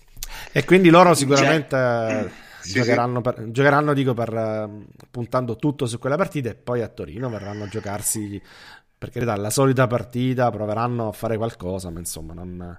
E quindi loro sicuramente eh, Sì, giocheranno, per, giocheranno dico, per, eh, puntando tutto su quella partita, e poi a Torino verranno a giocarsi, per carità, la solita partita, proveranno a fare qualcosa, ma insomma non...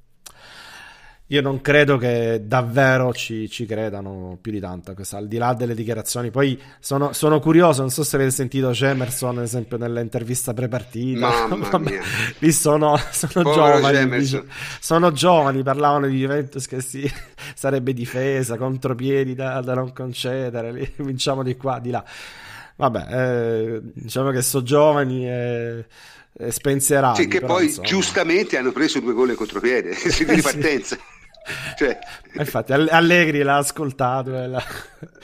Io non credo che davvero ci, ci credano più di tanto, questo, al di là delle dichiarazioni. Poi sono, sono curioso, non so se avete sentito Emerson, ad esempio, nell'intervista pre-partita. Mamma Vabbè, mia. lì sono, sono Povero giovani, Emerson. dice- sono giovani, parlavano di Juventus che si, sarebbe difesa, contropiedi da, da non concedere, lì, vinciamo di qua, di là. Vabbè, eh, diciamo che sono giovani e, e spensierati. Sì, che però, poi insomma. giustamente hanno preso due gol in contropiede di Sì. ripartenza. Cioè, Infatti All- Allegri l'ha ascoltato e l'ha...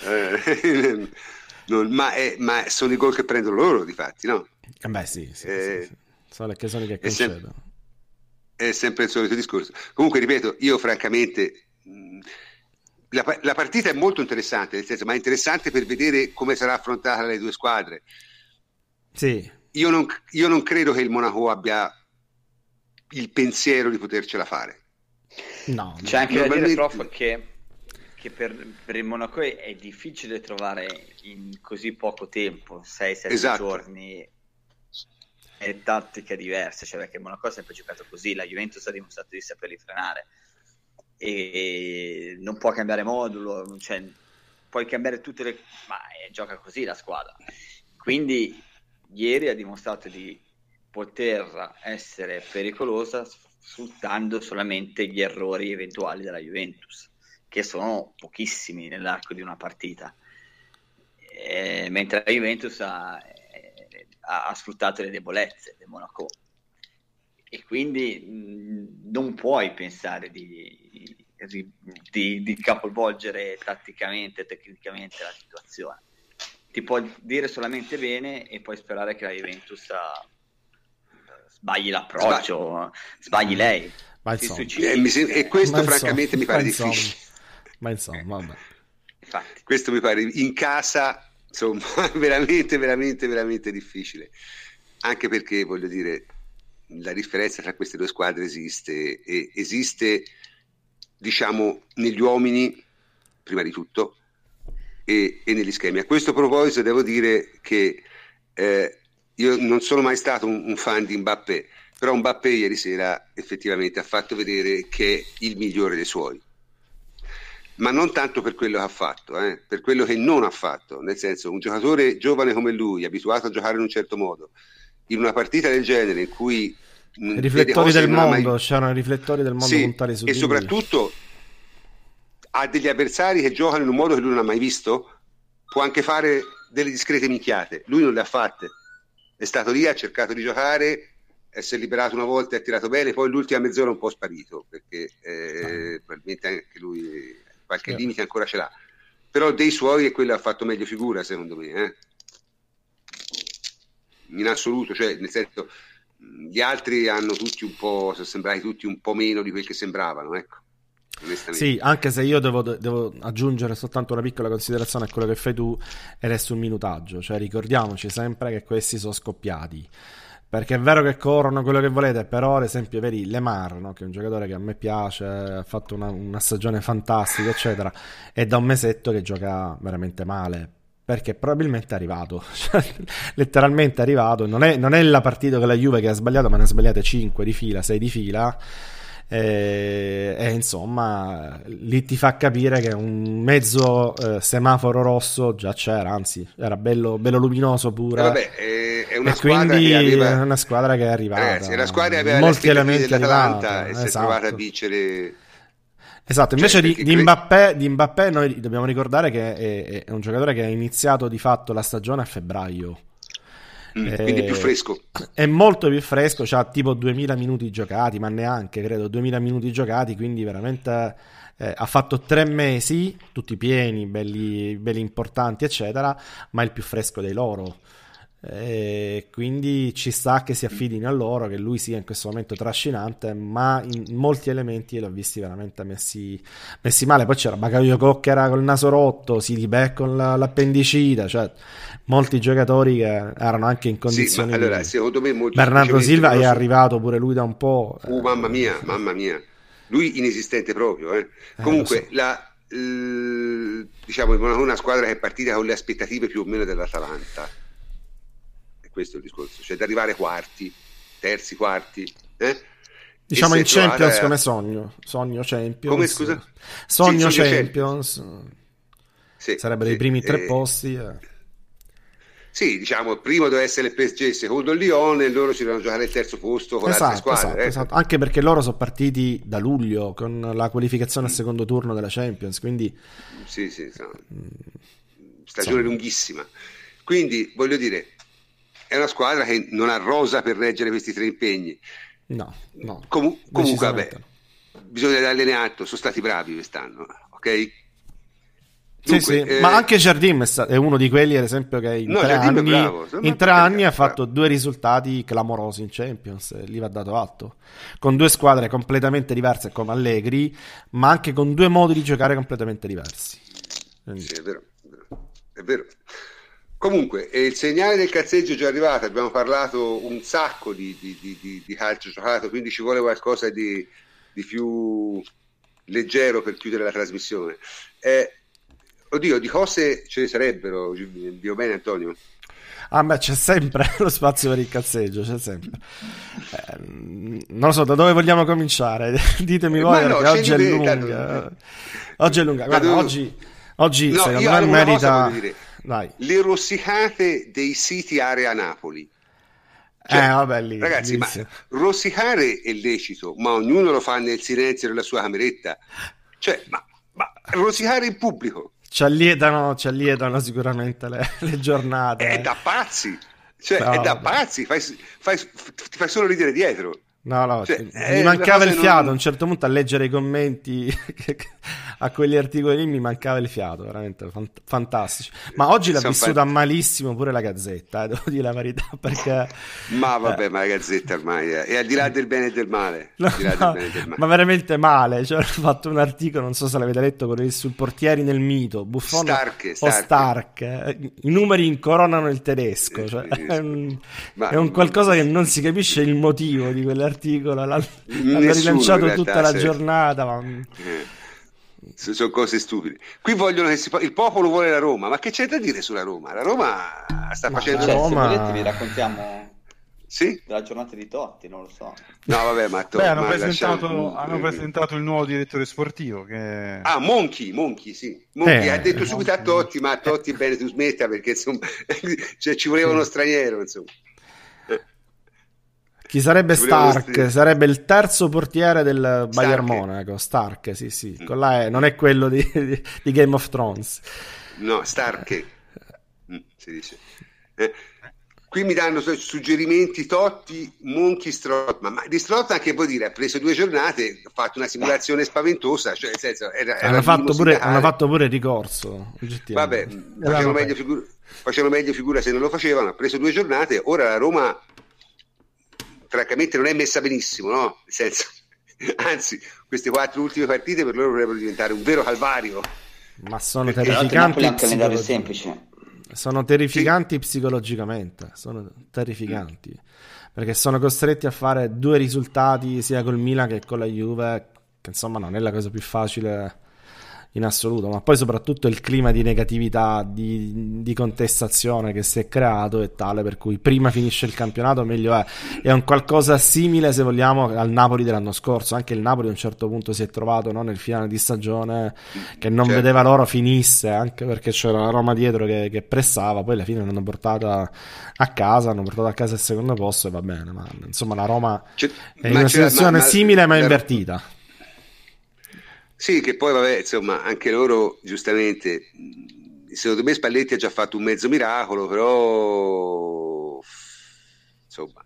eh, non- ma, è- ma sono i gol che prendono loro, difatti, no? Eh beh, sì, sì, Eh, sì, sì. Sono le occasioni che è sem- concedono. È sempre il solito discorso. Comunque, ripeto, io francamente mh, la, pa- la partita è molto interessante, nel senso, ma è interessante per vedere come sarà affrontata dalle due squadre. Sì, Io non, io non credo che il Monaco abbia il pensiero di potercela fare. no, C'è no. anche da dire, Normalmente- prof, che, che per, per il Monaco è, è difficile trovare in così poco tempo, sei sette Esatto. giorni, e tattiche diverse, cioè perché il Monaco ha sempre giocato così, la Juventus ha dimostrato di saperli frenare e non può cambiare modulo, cioè, puoi cambiare tutte le... ma eh, gioca così la squadra. Quindi ieri ha dimostrato di poter essere pericolosa sfruttando solamente gli errori eventuali della Juventus, che sono pochissimi nell'arco di una partita, eh, mentre la Juventus ha, eh, ha, ha sfruttato le debolezze del Monaco, e quindi mh, non puoi pensare di, di, di, di capovolgere tatticamente, tecnicamente la situazione. Ti può dire solamente bene e poi sperare che la Juventus ha, sbagli l'approccio, sbagli lei. Ma si insomma. suicidi. Eh, mi sem- e questo Ma francamente insomma, mi pare ma insomma, difficile. Ma insomma, vabbè. Infatti. Questo mi pare in casa, insomma, veramente, veramente, veramente difficile. Anche perché, voglio dire, la differenza tra queste due squadre esiste, e esiste, diciamo, negli uomini, prima di tutto, e, e negli schemi. A questo proposito devo dire che eh, io non sono mai stato un, un fan di Mbappé, però Mbappé ieri sera effettivamente ha fatto vedere che è il migliore dei suoi. Ma non tanto per quello che ha fatto, eh, per quello che non ha fatto, nel senso, un giocatore giovane come lui, abituato a giocare in un certo modo, in una partita del genere in cui mh, I riflettori del mondo, mai... c'erano i riflettori del mondo sì, puntati su e di soprattutto ha degli avversari che giocano in un modo che lui non ha mai visto, può anche fare delle discrete minchiate, lui non le ha fatte, è stato lì, ha cercato di giocare, si è liberato una volta e ha tirato bene, poi l'ultima mezz'ora è un po' sparito perché eh, ah. probabilmente anche lui qualche yeah. limite ancora ce l'ha, però dei suoi è quello che ha fatto meglio figura secondo me, eh? In assoluto, cioè nel senso gli altri hanno tutti un po', sono sembrati tutti un po' meno di quel che sembravano, ecco. Sì, anche se io devo, devo aggiungere soltanto una piccola considerazione a quello che fai tu, ed è sul minutaggio, cioè ricordiamoci sempre che questi sono scoppiati, perché è vero che corrono quello che volete, però ad esempio vedi Lemar, no? Che è un giocatore che a me piace, ha fatto una, una stagione fantastica eccetera, è da un mesetto che gioca veramente male, perché probabilmente è arrivato, cioè, letteralmente è arrivato, non è, non è la partita con la Juve che ha sbagliato, ma ne ha sbagliate cinque di fila, sei di fila, e, e insomma lì ti fa capire che un mezzo eh, semaforo rosso già c'era, anzi era bello, bello luminoso pure. Vabbè, è, è una e squadra quindi che aveva... è una squadra che è arrivata, ragazzi, è una squadra che aveva molti elementi dell'Atalanta e esatto. si è trovata a vincere. Esatto, invece cioè, di, di, Mbappé, di Mbappé noi dobbiamo ricordare che è, è un giocatore che ha iniziato di fatto la stagione a febbraio. Mm, eh, quindi è più fresco. È molto più fresco, c'ha tipo duemila minuti giocati, ma neanche, credo, duemila minuti giocati, quindi veramente eh, ha fatto tre mesi, tutti pieni, belli, belli importanti, eccetera, ma è il più fresco dei loro. E quindi ci sta che si affidino a loro, che lui sia in questo momento trascinante, ma in molti elementi l'ho visti veramente messi, messi male. Poi c'era Bakayoko che era col naso rotto, Sidibé con la, l'appendicita, cioè molti giocatori che erano anche in condizioni. Sì, ma allora, secondo me molto Bernardo Silva è arrivato pure lui da un po'. Uh, mamma mia, mamma mia, lui inesistente proprio, eh. Eh, comunque so. la l, diciamo una squadra che è partita con le aspettative più o meno dell'Atalanta. Questo è il discorso, cioè da arrivare quarti, terzi, quarti, eh? Diciamo in Champions trovata... come sogno, sogno Champions. Come scusa? Sogno, sì, sogno Champions. Champions. Sì, sarebbero sì, i primi tre eh... posti. Eh. Sì, diciamo, il primo deve essere il P S G, secondo il Lione, e loro ci devono giocare il terzo posto con esatto, altre squadre. Esatto, eh. esatto. Anche perché loro sono partiti da luglio con la qualificazione al secondo turno della Champions, quindi... Sì, sì, sì. Stagione sì. lunghissima. Quindi, voglio dire... È una squadra che non ha rosa per reggere questi tre impegni. No, no. Com- comunque, vabbè, no. Bisogna dargliene atto, sono stati bravi quest'anno, ok? Dunque, sì, sì. Eh... Ma anche Jardim è, stato, è uno di quelli, ad esempio, che in no, tre Jardim anni, bravo, in tre anni ha fatto due risultati clamorosi in Champions, gli va dato atto. Con due squadre completamente diverse come Allegri, ma anche con due modi di giocare completamente diversi. Quindi... Sì, è vero, è vero. È vero. Comunque, eh, il segnale del cazzeggio è già arrivato, abbiamo parlato un sacco di, di, di, di calcio giocato, quindi ci vuole qualcosa di, di più leggero per chiudere la trasmissione. Eh, oddio, di cose ce ne sarebbero, dico bene Antonio? Ah beh, c'è sempre lo spazio per il cazzeggio, c'è sempre. Eh, non lo so, da dove vogliamo cominciare? Ditemi voi, no, perché oggi è lunga. Tanto... Oggi è lunga, guarda, dove... oggi, oggi no, secondo me merita... Vai. Le rossicate dei siti area Napoli, cioè, eh vabbè lì ragazzi, lì ma sì. Rossicare è lecito, ma ognuno lo fa nel silenzio della sua cameretta, cioè ma, ma rossicare in pubblico ci allietano, ci allietano sicuramente le, le giornate, è da pazzi, cioè no, è da vabbè. pazzi, fai, fai, ti fai solo ridere dietro. No, no, cioè, mi mancava il fiato non... a un certo punto a leggere i commenti a quegli articoli lì, mi mancava il fiato, veramente fant- fantastici. Ma oggi l'ha vissuta fant... malissimo pure la Gazzetta, eh, devo dire la verità, perché ma vabbè, eh... ma la Gazzetta ormai è, è al di là del bene e del male, no, al di là no, del bene e del male. Ma veramente male, cioè, ho fatto un articolo, non so se l'avete letto, quello sul portieri nel mito, Buffon Stark, o Stark, eh, i numeri incoronano il tedesco, cioè, è, un, ma... è un qualcosa che non si capisce il motivo di quell'articolo, l'hanno rilanciato realtà, tutta la giornata, ma... eh. Sono cose stupide. Qui vogliono che si... il popolo vuole la Roma, ma che c'è da dire sulla Roma? La Roma sta ma facendo cioè, Roma... se volete vi raccontiamo sì? della giornata di Totti, non lo so. No vabbè, ma, to... Beh, hanno, ma presentato, lasciamo... hanno presentato il nuovo direttore sportivo che... ah Monchi, Monchi sì Monchi eh, ha detto subito a Totti, ma a Totti bene tu smetta perché insomma cioè, ci voleva uno straniero insomma. Chi sarebbe Stark? Sarebbe il terzo portiere del Bayern Monaco. Stark, sì, sì. Mm. Con la E, non è quello di, di, di Game of Thrones. No, Stark. mm, si dice. Eh. Qui mi danno suggerimenti Totti, Monchi, Strootman, ma di Strootman che vuol dire? Ha preso due giornate, ha fatto una simulazione spaventosa, cioè nel senso era, era hanno, fatto pure, hanno fatto pure ricorso. Vabbè, facevano meglio, figura, facevano meglio figura se non lo facevano, ha preso due giornate, ora la Roma francamente non è messa benissimo, no? Nel senso, anzi, queste quattro ultime partite per loro dovrebbero diventare un vero calvario. Ma sono Perché terrificanti. È un calendario semplice. Sono terrificanti sì. Psicologicamente, sono terrificanti, mm. perché sono costretti a fare due risultati sia col Milan che con la Juve, che insomma non è la cosa più facile in assoluto, ma poi soprattutto il clima di negatività, di, di contestazione che si è creato è tale per cui prima finisce il campionato meglio è. È un qualcosa simile, se vogliamo, al Napoli dell'anno scorso. Anche il Napoli a un certo punto si è trovato, no, nel finale di stagione che non certo. vedeva loro finisse, anche perché c'era la Roma dietro che, che pressava, poi alla fine l'hanno portata a casa, hanno portato a casa il secondo posto e va bene, ma insomma la Roma c'è, è in una situazione ma, ma, simile ma invertita. Sì, che poi vabbè, insomma, anche loro giustamente, secondo me Spalletti ha già fatto un mezzo miracolo, però insomma,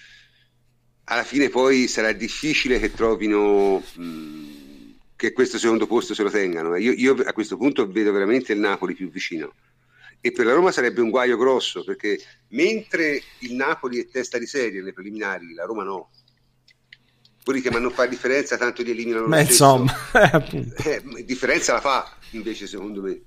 alla fine poi sarà difficile che trovino mh, che questo secondo posto se lo tengano. Io, io a questo punto vedo veramente il Napoli più vicino. E per la Roma sarebbe un guaio grosso, perché mentre il Napoli è testa di serie nelle preliminari, la Roma no. Quelli che ma non fa differenza, tanto li eliminano ma lo insomma eh, differenza la fa invece secondo me,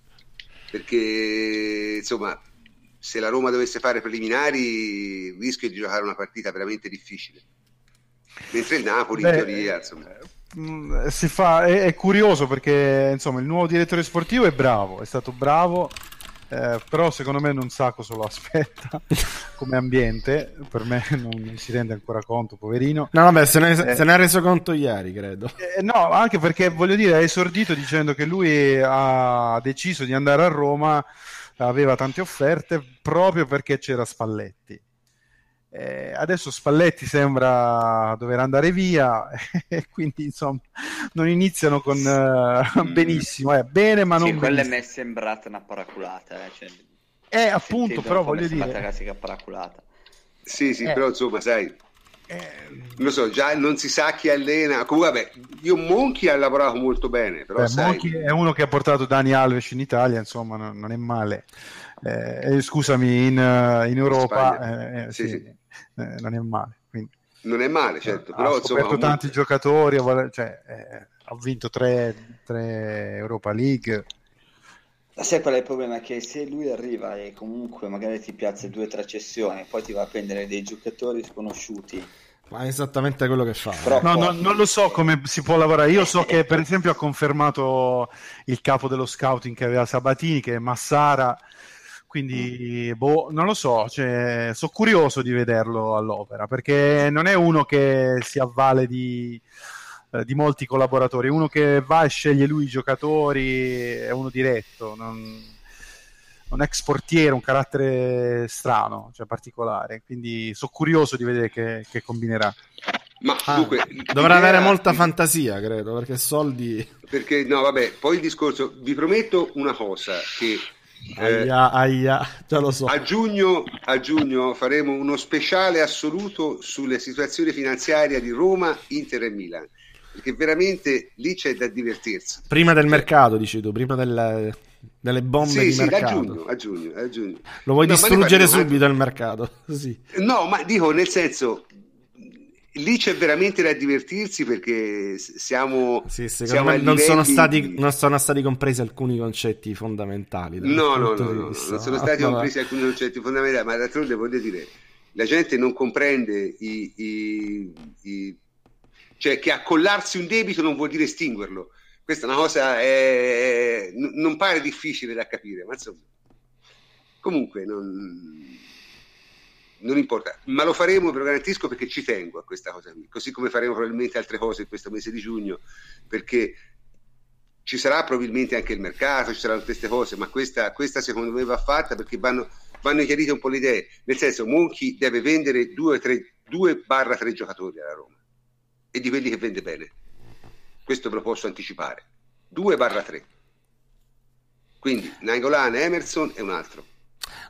perché insomma se la Roma dovesse fare preliminari rischia di giocare una partita veramente difficile, mentre il Napoli Beh, in teoria insomma si fa, è, è curioso perché insomma il nuovo direttore sportivo è bravo, è stato bravo. Eh, però secondo me non sa cosa lo aspetta come ambiente, per me non, non si rende ancora conto, poverino. No vabbè, se ne, eh, se ne ha reso conto ieri credo. Eh, no, anche perché voglio dire, ha esordito dicendo che lui ha deciso di andare a Roma, aveva tante offerte proprio perché c'era Spalletti. Eh, adesso Spalletti sembra dover andare via e quindi insomma non iniziano con uh, mm. benissimo, eh, bene ma non sì, quella benissimo. mi è sembrata una paraculata, eh, cioè, eh appunto, però voglio dire la classica paraculata. Sì, sì, eh. però insomma sai, eh. lo so, già non si sa chi allena. Comunque vabbè, io Monchi ha lavorato molto bene, però Beh, sai... Monchi è uno che ha portato Dani Alves in Italia, insomma non, non è male. Eh, scusami, in, in Europa eh, sì, sì, sì. Eh, non è male, quindi. Non è male, certo, ha però scoperto insomma tanti giocatori, cioè, eh, ha vinto tre, tre Europa League. Sai qual è il problema? Che se lui arriva e comunque magari ti piazza due o tre cessioni, poi ti va a prendere dei giocatori sconosciuti. Ma è esattamente quello che fa. No, poi... no, non lo so come si può lavorare. Io so che per esempio ha confermato il capo dello scouting che aveva Sabatini, che è Massara. Quindi, boh, non lo so, cioè, sono curioso di vederlo all'opera, perché non è uno che si avvale di, eh, di molti collaboratori, è uno che va e sceglie lui i giocatori, è uno diretto, non, un ex portiere, un carattere strano, cioè particolare, quindi sono curioso di vedere che, che combinerà. Ma ah, dunque, dovrà avere molta fantasia, credo, perché soldi... Perché, no, vabbè, poi il discorso, vi prometto una cosa, che... Aia, aia, già lo so. A giugno, a giugno faremo uno speciale assoluto sulle situazioni finanziarie di Roma, Inter e Milan, perché veramente lì c'è da divertirsi. Prima del mercato, dici tu, prima del, delle bombe sì, di sì, mercato. A giugno, a giugno, a giugno. Lo vuoi no, distruggere subito il mercato? Sì. No, ma dico nel senso... Lì c'è veramente da divertirsi perché siamo, sì, siamo me non, sono stati, di... non sono stati compresi alcuni concetti fondamentali. No, no, no, no, no, non sono stati no, compresi alcuni concetti fondamentali, ma d'altronde voglio dire, la gente non comprende i, i, i... cioè che accollarsi un debito non vuol dire estinguerlo. Questa è una cosa, è... non pare difficile da capire, ma insomma, comunque non... non importa, ma lo faremo, ve lo garantisco, perché ci tengo a questa cosa qui, così come faremo probabilmente altre cose in questo mese di giugno, perché ci sarà probabilmente anche il mercato, ci saranno queste cose, ma questa, questa secondo me va fatta perché vanno, vanno chiarite un po' le idee, nel senso Monchi deve vendere due barra tre giocatori alla Roma, e di quelli che vende bene, questo ve lo posso anticipare, due barra tre, quindi Nainggolan, Emerson e un altro.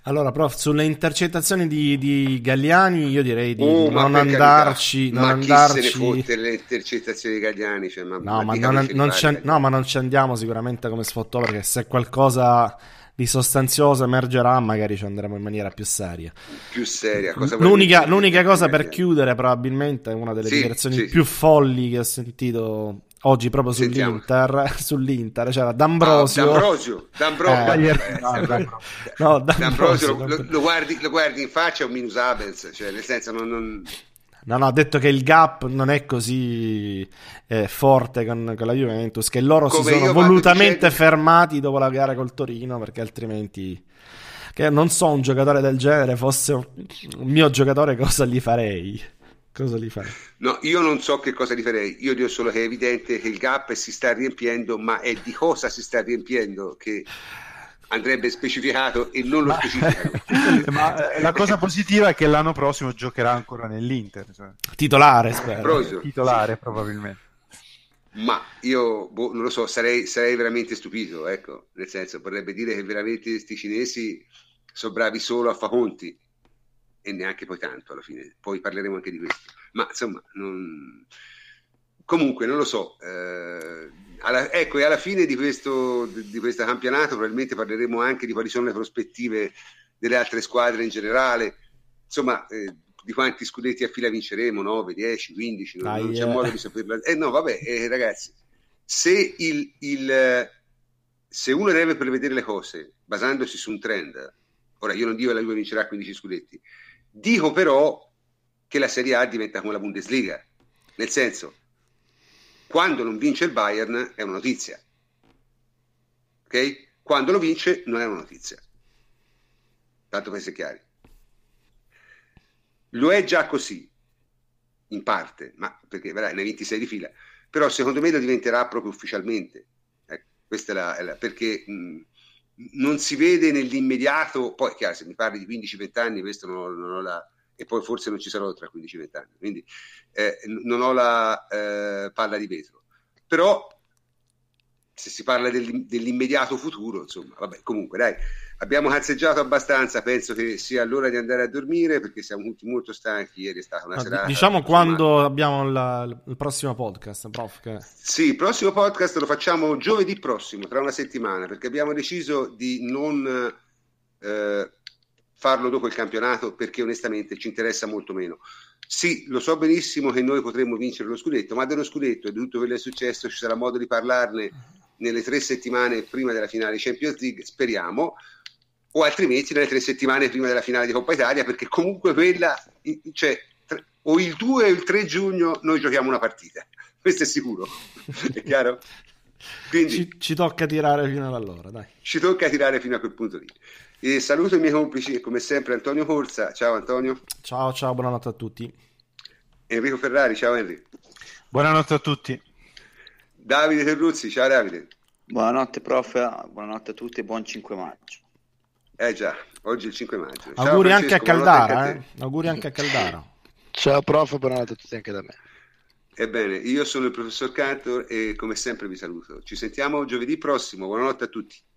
Allora, prof, sulle intercettazioni di, di Galliani io direi di Oh, non per andarci, carità, non ma andarci. chi se ne fotte le intercettazioni di Galliani? Cioè, ma, No, ma dica non, che ci non ripare ci, Galliani. no, ma non ci andiamo sicuramente come sfottò, perché se qualcosa di sostanzioso emergerà magari ci andremo in maniera più seria. Più seria. Cosa vuoi L'unica, dire? l'unica cosa per Galliani? chiudere probabilmente è una delle Sì, dichiarazioni sì, più sì. folli che ho sentito oggi proprio Sentiamo. sull'Inter, sull'Inter, c'era Ah, D'Ambrosio. D'Ambrosio, D'Ambrosio, Eh, eh, no, sempre- D'Ambrosio. no, D'Ambrosio D'Ambrosio, lo, lo- lo guardi, lo guardi in faccia è un minus abens, cioè nel senso non, non- No, no, ha detto che il gap non è così eh, forte con, con la Juventus, che loro Come si sono io vado volutamente dicendo- fermati dopo la gara col Torino, perché altrimenti, che non so, un giocatore del genere fosse un, un mio giocatore, cosa gli farei? Cosa gli farei? no, io non so che cosa gli farei, io dico solo che è evidente che il gap si sta riempiendo, ma è di cosa si sta riempiendo che andrebbe specificato e non lo specificano. Ma eh, la cosa positiva è che l'anno prossimo giocherà ancora nell'Inter, cioè, Titolare, spero. D'Ambrosio, titolare probabilmente. ma io boh, non lo so, sarei, sarei veramente stupito, ecco, nel senso vorrebbe dire che veramente questi cinesi sono bravi solo a fa conti e neanche poi tanto alla fine, poi parleremo anche di questo, ma insomma non... comunque non lo so, eh, alla, ecco, e alla fine di questo di questo campionato probabilmente parleremo anche di quali sono le prospettive delle altre squadre in generale, insomma, eh, di quanti scudetti a fila vinceremo, nove, dieci, quindici, non, Dai, non c'è eh. modo di saperlo. Eh no, vabbè, eh, ragazzi, se il, il eh, se uno deve prevedere le cose basandosi su un trend, ora io non dico che la Juve vincerà quindici scudetti, dico però che la Serie A diventa come la Bundesliga, nel senso, quando non vince il Bayern è una notizia, ok? Quando lo vince non è una notizia, tanto per essere chiari. Lo è già così, in parte, ma perché verrà, ne ha ventisei di fila, però secondo me lo diventerà proprio ufficialmente. Ecco, questa è la, è la perché mh, non si vede nell'immediato, poi è chiaro, se mi parli di quindici venti anni, questo non ho, non ho la, e poi forse non ci sarò tra quindici venti anni, quindi eh, non ho la eh, palla di vetro. Però se si parla dell'im- dell'immediato futuro, insomma, vabbè, comunque dai, abbiamo cazzeggiato abbastanza, penso che sia l'ora di andare a dormire perché siamo tutti molto stanchi, ieri è stata una No, serata. diciamo insomma. quando abbiamo la- il prossimo podcast, prof. Che... Sì, il prossimo podcast lo facciamo giovedì prossimo, tra una settimana, perché abbiamo deciso di non eh, farlo dopo il campionato perché onestamente ci interessa molto meno. Sì, lo so benissimo che noi potremmo vincere lo scudetto, ma dello scudetto e di tutto quello che è successo ci sarà modo di parlarne nelle tre settimane prima della finale di Champions League, speriamo, o altrimenti nelle tre settimane prima della finale di Coppa Italia, perché comunque quella, cioè, tre, o il due o il tre giugno noi giochiamo una partita, questo è sicuro, è chiaro? Quindi Ci, ci tocca tirare fino ad allora, dai. ci tocca tirare fino a quel punto lì. E saluto i miei complici, come sempre Antonio Corsa, ciao Antonio. Ciao, ciao, buonanotte a tutti. Enrico Ferrari, ciao Henry. Buonanotte a tutti. Davide Terruzzi, ciao Davide. Buonanotte prof, buonanotte a tutti e buon cinque maggio. Eh già, oggi è il cinque maggio. Ciao, Auguri anche a Francesco, buonanotte Caldara, anche a eh? Auguri anche a Caldara. Ciao prof, buonanotte a tutti anche da me. te. Ebbene, io sono il professor Cantor e come sempre vi saluto. Ci sentiamo giovedì prossimo, buonanotte a tutti.